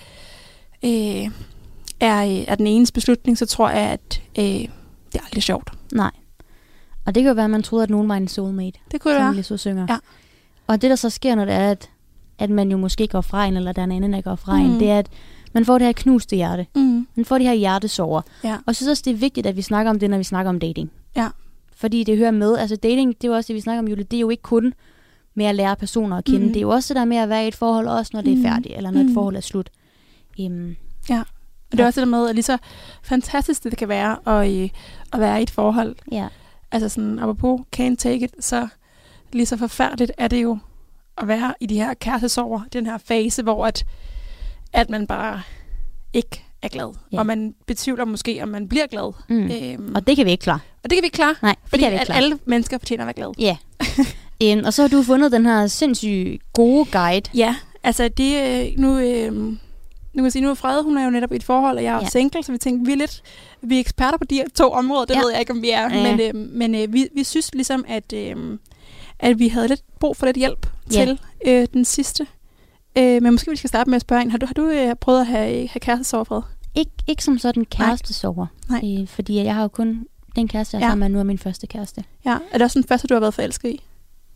øh, er, er den enes beslutning, så tror jeg, at øh, det er aldrig sjovt. Nej. Og det kan jo være, at man troede, at nogen var en soulmate, Det kunne det som være. Lizzo synger. Ja. Og det, der så sker, når det er, at, at man jo måske går fra en, eller der er en anden, der går fra Mm. en, det er, at man får det her knuste hjerte. Mm. Man får de her hjertesorger. Ja. Og jeg synes også, det er vigtigt, at vi snakker om det, når vi snakker om dating. Ja. Fordi det hører med. Altså dating, det er jo også det, vi snakker om, Julie. Det er jo ikke kun med at lære personer at kende. Mm. Det er jo også det der med at være i et forhold, også når det er Mm. færdigt, eller når Mm. et forhold er slut. Um, Ja. Og det er også det der med, at lige så fantastisk det kan være at, øh, at være i et forhold. ja. Altså sådan, apropos can't take it, så lige så forfærdeligt er det jo at være i de her kærestesorger, den her fase, hvor at, at man bare ikke er glad. Ja. Og man betvivler måske, om man bliver glad. Mm. Øhm, Og det kan vi ikke klare. og det kan vi ikke klare, Nej, det fordi kan vi ikke at klare. alle mennesker fortjener at være glade. Ja. um, og så har du fundet den her sindssygt gode guide. Ja, altså det øh, nu... Øh, nu kan jeg sige, nu er Frede, hun er jo netop i et forhold, og jeg er Ja. single, så vi tænkte, vi er lidt vi er eksperter på de her to områder, det Ja. ved jeg ikke, om vi er, Ja. men, øh, men øh, vi, vi synes ligesom, at, øh, at vi havde lidt brug for lidt hjælp Ja. til øh, den sidste. Øh, men måske vi skal starte med at spørge en, har du, har du øh, prøvet at have, have kærestesorg, Frede? Ikke, ikke som sådan kærestesorger. Nej. Øh, fordi jeg har jo kun den kæreste, jeg er Ja. sammen med nu, er min første kæreste. Ja, er det også den første, du har været forelsket i?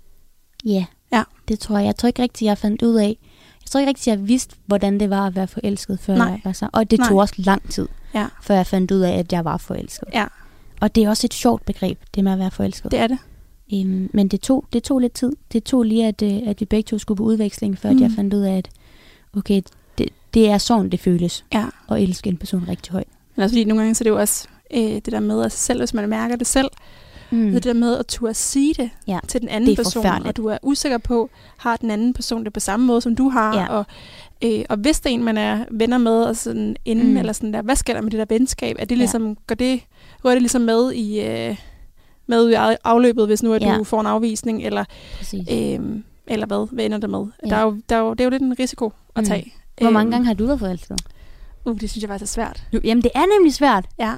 Ja, Ja. det tror jeg. Jeg tror ikke rigtig, jeg fandt ud af. Jeg tror ikke rigtig, jeg vidste, hvordan det var at være forelsket, før Nej. jeg var sammen. Og det tog Nej. også lang tid, Ja. før jeg fandt ud af, at jeg var forelsket. Ja, Og det er også et sjovt begreb, det med at være forelsket. det er det. Øhm, men det tog, det tog lidt tid. Det tog lige, at, øh, at vi begge to skulle på udveksling, før mm. Mm. jeg fandt ud af, at okay, det, det er sådan, det føles Ja. at elske en person rigtig højt. Men også fordi nogle gange, så er det jo også øh, det der med, at selv hvis man mærker det selv, Mm. Det der med at turde sige det ja. til den anden det person, og du er usikker på, har den anden person det på samme måde, som du har, ja. og, øh, og hvis det er en, man er venner med, og sådan inden, mm. eller sådan der, hvad sker der med det der venskab? Er det ligesom, ja. går det, rører det ligesom med i, øh, med i afløbet, hvis nu at ja. du får en afvisning, eller, øh, eller hvad, hvad ender det med? Ja. Der er jo, der er jo, det er jo lidt en risiko at tage. Mm. Hvor mange gange har du været forelsket? Uh, det synes jeg faktisk er svært. Jamen, det er nemlig svært. Ja.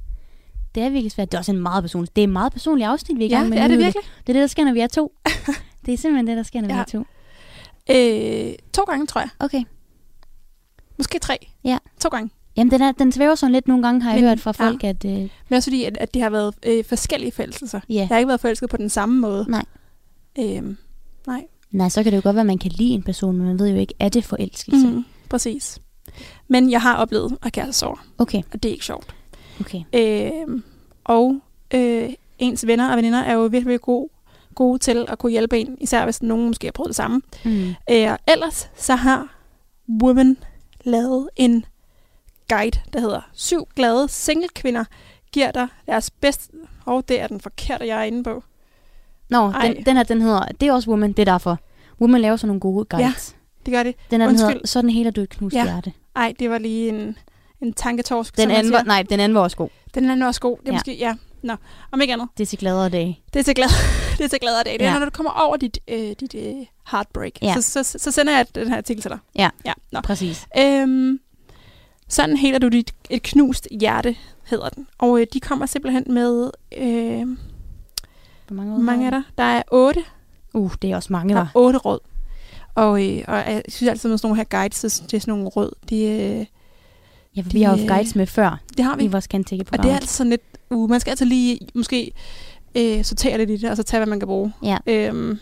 Det er virkelig svært. Det er også en meget personlig. Det er en meget personlig afsnit, vi er i ja, gang med. Ja, det er det virkelig. Det er det, der sker, når vi er to. Det er simpelthen det, der sker, når ja. vi er to. Øh, to gange, tror jeg. Okay. Måske tre. Ja. To gange. Jamen, den, er, den svæver sådan lidt nogle gange, har jeg Men, hørt fra folk, ja. at... Øh... Men også fordi, at, at det har været øh, forskellige forelskelser. Yeah. Jeg har ikke været forelsket på den samme måde. Nej. Øhm, nej. Nej, så kan det jo godt være, at man kan lide en person, men man ved jo ikke, er det forelskelse? Mm, præcis. Men jeg har oplevet at kærestesorger. Okay. Og det er ikke sjovt. Okay. Øhm, og øh, ens venner og veninder er jo virkelig gode, gode til at kunne hjælpe en, især hvis nogen måske har prøvet det samme. Mm. Øh, og ellers så har Woman lavet en guide, der hedder Syv glade single-kvinder giver dig deres bedste... Og oh, det er den forkerte, jeg er inde på. Nå, den, den her, den hedder... Det er også Woman, det er derfor. Woman laver sådan nogle gode guides. Ja, det gør det. Den, den hedder, sådan heler du et knust ja. hjerte. Ej, det var lige en, en tanketorsk, den anden var, Nej, den anden var også god. Den anden var også god. Det er ja. måske... Ja, nå. Om ikke andet. Det er til gladere dage. Det er til, glad, det er til gladere dage. Det er, ja. når du kommer over dit, øh, dit øh, heartbreak. Ja. Så, så, så, så sender jeg den her artikel til dig. Ja, ja. Nå. præcis. Øhm, sådan heler du dit et knust hjerte, hedder den. Og øh, de kommer simpelthen med... Øh, Hvor mange, hvor mange er der? Der er otte. Uh, det er også mange, der er otte råd. Og, øh, og jeg synes altid, at sådan nogle her guides, det er sådan nogle råd, de... Øh, ja, for vi har jo guides med før. Det har vi. I vores Kantække-program. Og det er altid sådan lidt... Uh, man skal altid lige måske øh, sortere lidt i det, og så tage, hvad man kan bruge. Ja. Øhm,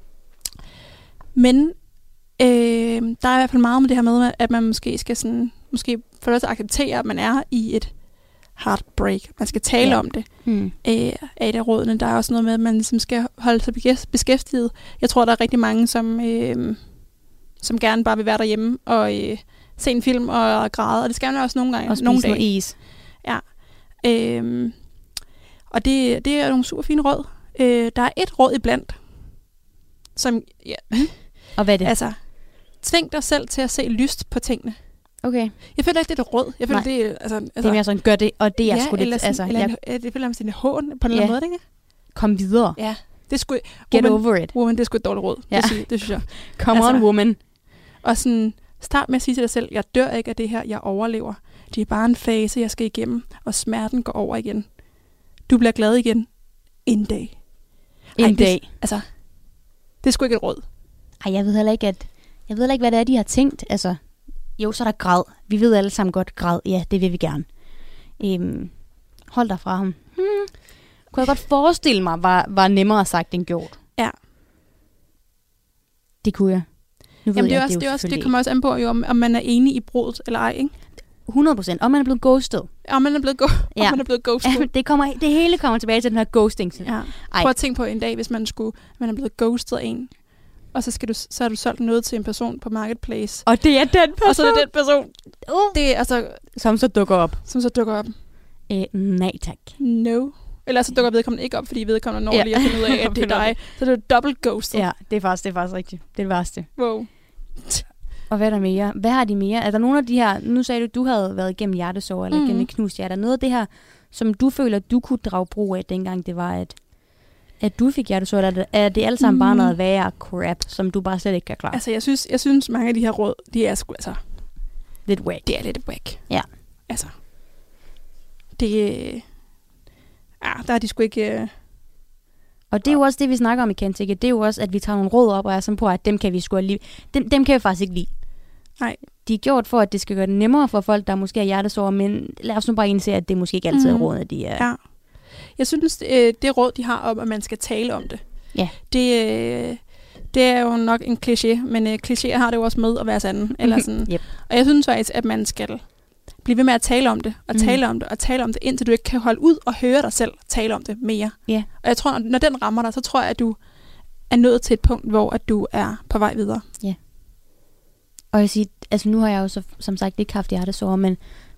men øh, der er i hvert fald meget med det her med, at man måske skal sådan... Måske for det at acceptere, at man er i et heartbreak. Man skal tale ja. om det. Hmm. Øh, af det rådene. Der er også noget med, at man ligesom skal holde sig beskæftiget. Jeg tror, der er rigtig mange, som, øh, som gerne bare vil være derhjemme og øh, se en film og græde. Og det skal man også nogle gange. Og spise nogle noget is. Ja. Øh, og det, det er nogle super fine råd. Øh, der er et råd iblandt, som... Ja, og hvad er det? Altså, tving dig selv til at se lyst på tingene. Okay. Jeg føler ikke, det er et råd. Jeg føler, det er, altså, altså, det er mere sådan, gør det, og det er ja, sgu lidt... Sådan, altså, eller jeg, en, det føler jeg, sådan en hån på en ja. eller anden måde, ikke? Kom videre. Ja. Det er sgu, Get woman, over it. Woman, det er sgu et dårligt råd. Ja. Det, synes, det synes jeg. Come altså, on, woman. Og sådan, start med at sige til dig selv, jeg dør ikke af det her, jeg overlever. Det er bare en fase, jeg skal igennem, og smerten går over igen. Du bliver glad igen. En dag. En Ej, dag. Det, altså, det er sgu ikke et råd. Ej, jeg ved heller ikke, at... Jeg ved heller ikke, hvad det er, de har tænkt. Altså, jo, så er der græd. Vi ved alle sammen godt, græd. Ja, det vil vi gerne. Øhm, hold dig fra ham. Hmm. Kunne jeg godt forestille mig, var, var nemmere sagt end gjort. Ja. Det kunne jeg. Nu ved Jamen, det, er jeg, også, det, det, er også, det kommer også an på, jo, om, om man er enig i brudet eller ej, ikke? hundrede procent. Om man er blevet ghostet. Om man er blevet, go- ja. om man er blevet ghostet. Ja, det, kommer, det hele kommer tilbage til den her ghosting. Ja. Prøv at tænke på en dag, hvis man skulle, man er blevet ghostet af en, og så, skal du, så har du solgt noget til en person på Marketplace. Og det er den person. Og så er det den person. Uh. Det er altså... Som så dukker op. Som så dukker op. Eh, nej tak. No. Eller så dukker vedkommende ikke op, fordi vedkommende når ja. lige at finde ud af, at det er dig. Så det er dobbelt ghostet. Ja, det er faktisk, det er faktisk rigtigt. Det er det værste. Wow. Og hvad er der mere? Hvad har de mere? Er der nogle af de her... Nu sagde du, du havde været igennem hjertesorg, eller mm. gennem et knust hjerte. Er der noget af det her, som du føler, du kunne drage brug af, dengang det var, at, at du fik hjertesorg? Eller er det alt sammen mm. bare noget værre crap, som du bare slet ikke kan klare? Altså, jeg synes, jeg synes mange af de her råd, de er sgu altså... Lidt whack. Det er lidt whack. Ja. Altså... Det... Ja, der er de sgu ikke... Uh... Og det er jo også det, vi snakker om i Kantække. Det er jo også, at vi tager nogle råd op og er sådan på, at dem kan vi sgu alligevel... Dem, dem kan vi faktisk ikke lide. Nej. De er gjort for, at det skal gøre det nemmere for folk, der måske er hjertesår, men lad os nu bare indse, at det måske ikke altid er råd, at de er... Ja. Jeg synes, det, det råd, de har om, at man skal tale om det, ja. det, det er jo nok en kliché, men uh, klichéer har det jo også med at være sanden. Eller sådan. Yep. Og jeg synes faktisk, at man skal blive ved med at tale om det, og mm. tale om det, og tale om det, indtil du ikke kan holde ud og høre dig selv tale om det mere. Yeah. Og jeg tror, når den rammer dig, så tror jeg, at du er nået til et punkt, hvor at du er på vej videre. Ja. Og jeg siger, altså nu har jeg jo så, som sagt ikke haft hjertesår, men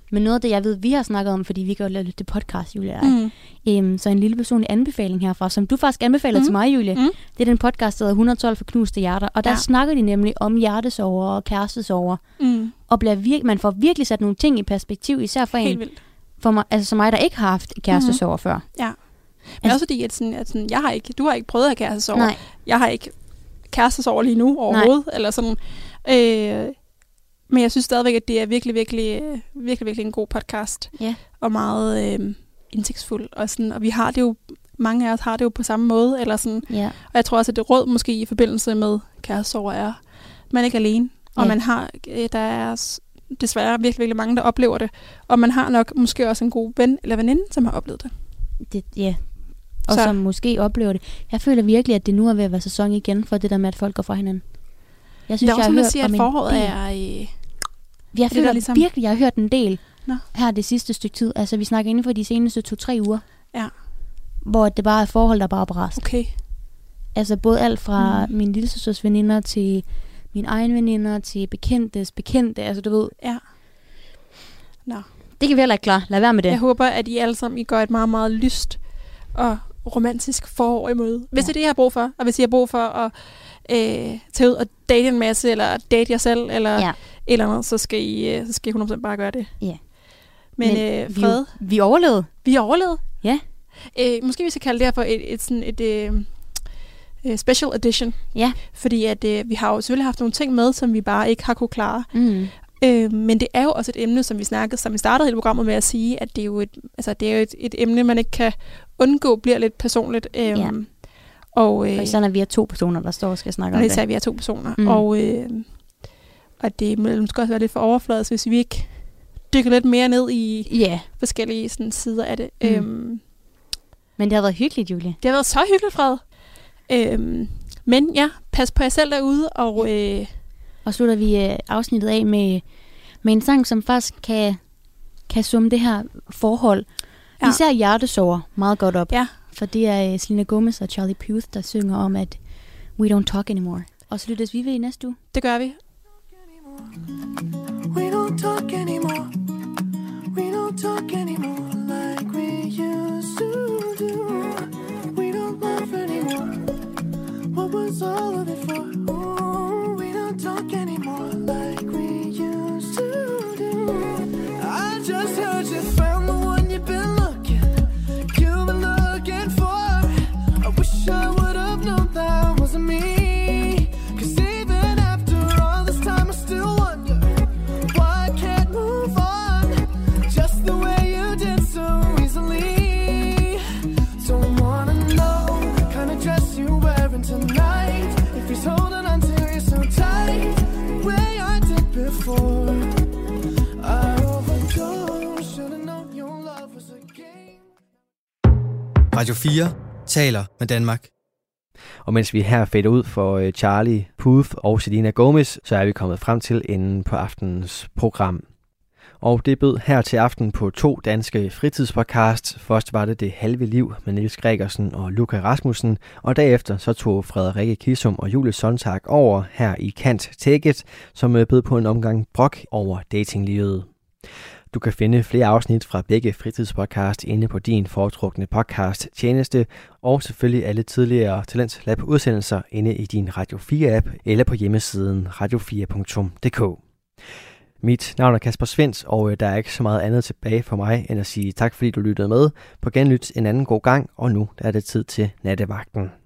Men noget af det, jeg ved, vi har snakket om, fordi vi kan jo lave lidt det podcast, Julia. Mm. Øhm, så en lille personlig anbefaling herfra, som du faktisk anbefaler mm. til mig, Julie. Mm. Det er den podcast, der hedder et hundrede og tolv for knuste hjerter. Og der ja. snakker de nemlig om hjertesorger og kærestesorger. Mm. Og bliver vir- man får virkelig sat nogle ting i perspektiv, især for Helt en, vildt. for mig, altså som mig, der ikke har haft kærestesorger mm. før. Ja. Men altså, også fordi, at, sådan, at sådan, jeg har ikke, du har ikke prøvet at have kærestesorger. Nej. Jeg har ikke kærestesorger lige nu overhovedet. Nej. Eller sådan. Øh, men jeg synes stadigvæk, at det er virkelig, virkelig, virkelig, virkelig en god podcast. Ja. Og meget øh, indsigtsfuld. Og, sådan, og vi har det jo, mange af os har det jo på samme måde. Eller sådan. Ja. Og jeg tror også, at det råd måske i forbindelse med kærestesorger er, man er ikke alene. Og ja. man har, der er desværre virkelig, virkelig mange, der oplever det. Og man har nok måske også en god ven eller veninde, som har oplevet det. det ja. Og så. som måske oplever det. Jeg føler virkelig, at det nu er ved at være sæson igen, for det der med, at folk går fra hinanden. Jeg synes, det er også, jeg har man hørt siger, at foråret er... I jeg føler ligesom... virkelig, jeg har hørt en del Nå. her det sidste stykke tid. Altså, vi snakker inden for de seneste to-tre uger. Ja. Hvor det bare er forhold, der bare er brast. Okay. Altså, både alt fra mm. min lillesøsters veninder til mine egne veninder til bekendtes bekendte. Altså, du ved. Ja. Nå. Det kan vi heller ikke klare. Lad være med det. Jeg håber, at I alle sammen I går et meget, meget lyst og romantisk forår i møde. Hvis ja. det er det, jeg har brug for, og hvis I har brug for at øh, tage ud og date en masse, eller date jer selv, eller ja. eller andet, så skal I, så skal I hundrede procent bare gøre det. Ja. Men, Men øh, Fred... Vi, vi overlevede. Vi overlevede? Ja. Øh, måske vi skal kalde det her for et, et, sådan et, et, et special edition. Ja. Fordi at, øh, vi har jo selvfølgelig haft nogle ting med, som vi bare ikke har kunne klare. Mm. Øh, men det er jo også et emne, som vi snakkede, som vi startede hele programmet med at sige, at det er jo et, altså, det er jo et, et emne, man ikke kan undgå, bliver lidt personligt. Øh, ja. Og, øh, og især når vi er to personer, der står og skal snakke om det. Og især vi er to personer. Mm. Og, øh, og det må måske også være lidt for overfladisk, hvis vi ikke dykker lidt mere ned i yeah. forskellige sådan, sider af det. Mm. Øhm, men det har været hyggeligt, Julie. Det har været så hyggeligt, Fred. Øhm, men ja, pas på jer selv derude. Og, øh, og slutter vi øh, afsnittet af med, med en sang, som faktisk kan, kan summe det her forhold. Ja. Især hjertesorger meget godt op. Ja. For det er uh, Selena Gomez og Charlie Puth, der synger om, at we don't talk anymore. Og så lyttes vi ved i næste uge. Det gør vi. We don't talk anymore. We don't talk anymore like we used to do. We don't laugh anymore. What was all of it for? Ooh, we don't talk anymore like we used to do. I just heard you found the one you've been looking, you've been looking for. I wish I would have known that wasn't me. Radio fire taler med Danmark. Og mens vi her fader ud for Charlie Puth og Selena Gomez, så er vi kommet frem til enden på aftenens program. Og det bød her til aften på to danske fritidspodcasts. Først var det Det halve liv med Niels Gregersen og Luca Rasmussen, og derefter så tog Frederikke Kissum og Julie Sontag over her i Kant Take It, som bød på en omgang brok over datinglivet. Du kan finde flere afsnit fra begge fritidspodcast inde på din foretrukne podcast tjeneste, og selvfølgelig alle tidligere Talent Lab udsendelser inde i din Radio fire app eller på hjemmesiden radio fire punktum d k. Mit navn er Kasper Svendt, og der er ikke så meget andet tilbage for mig end at sige tak fordi du lyttede med. På genlyt en anden god gang, og nu er det tid til nattevagten.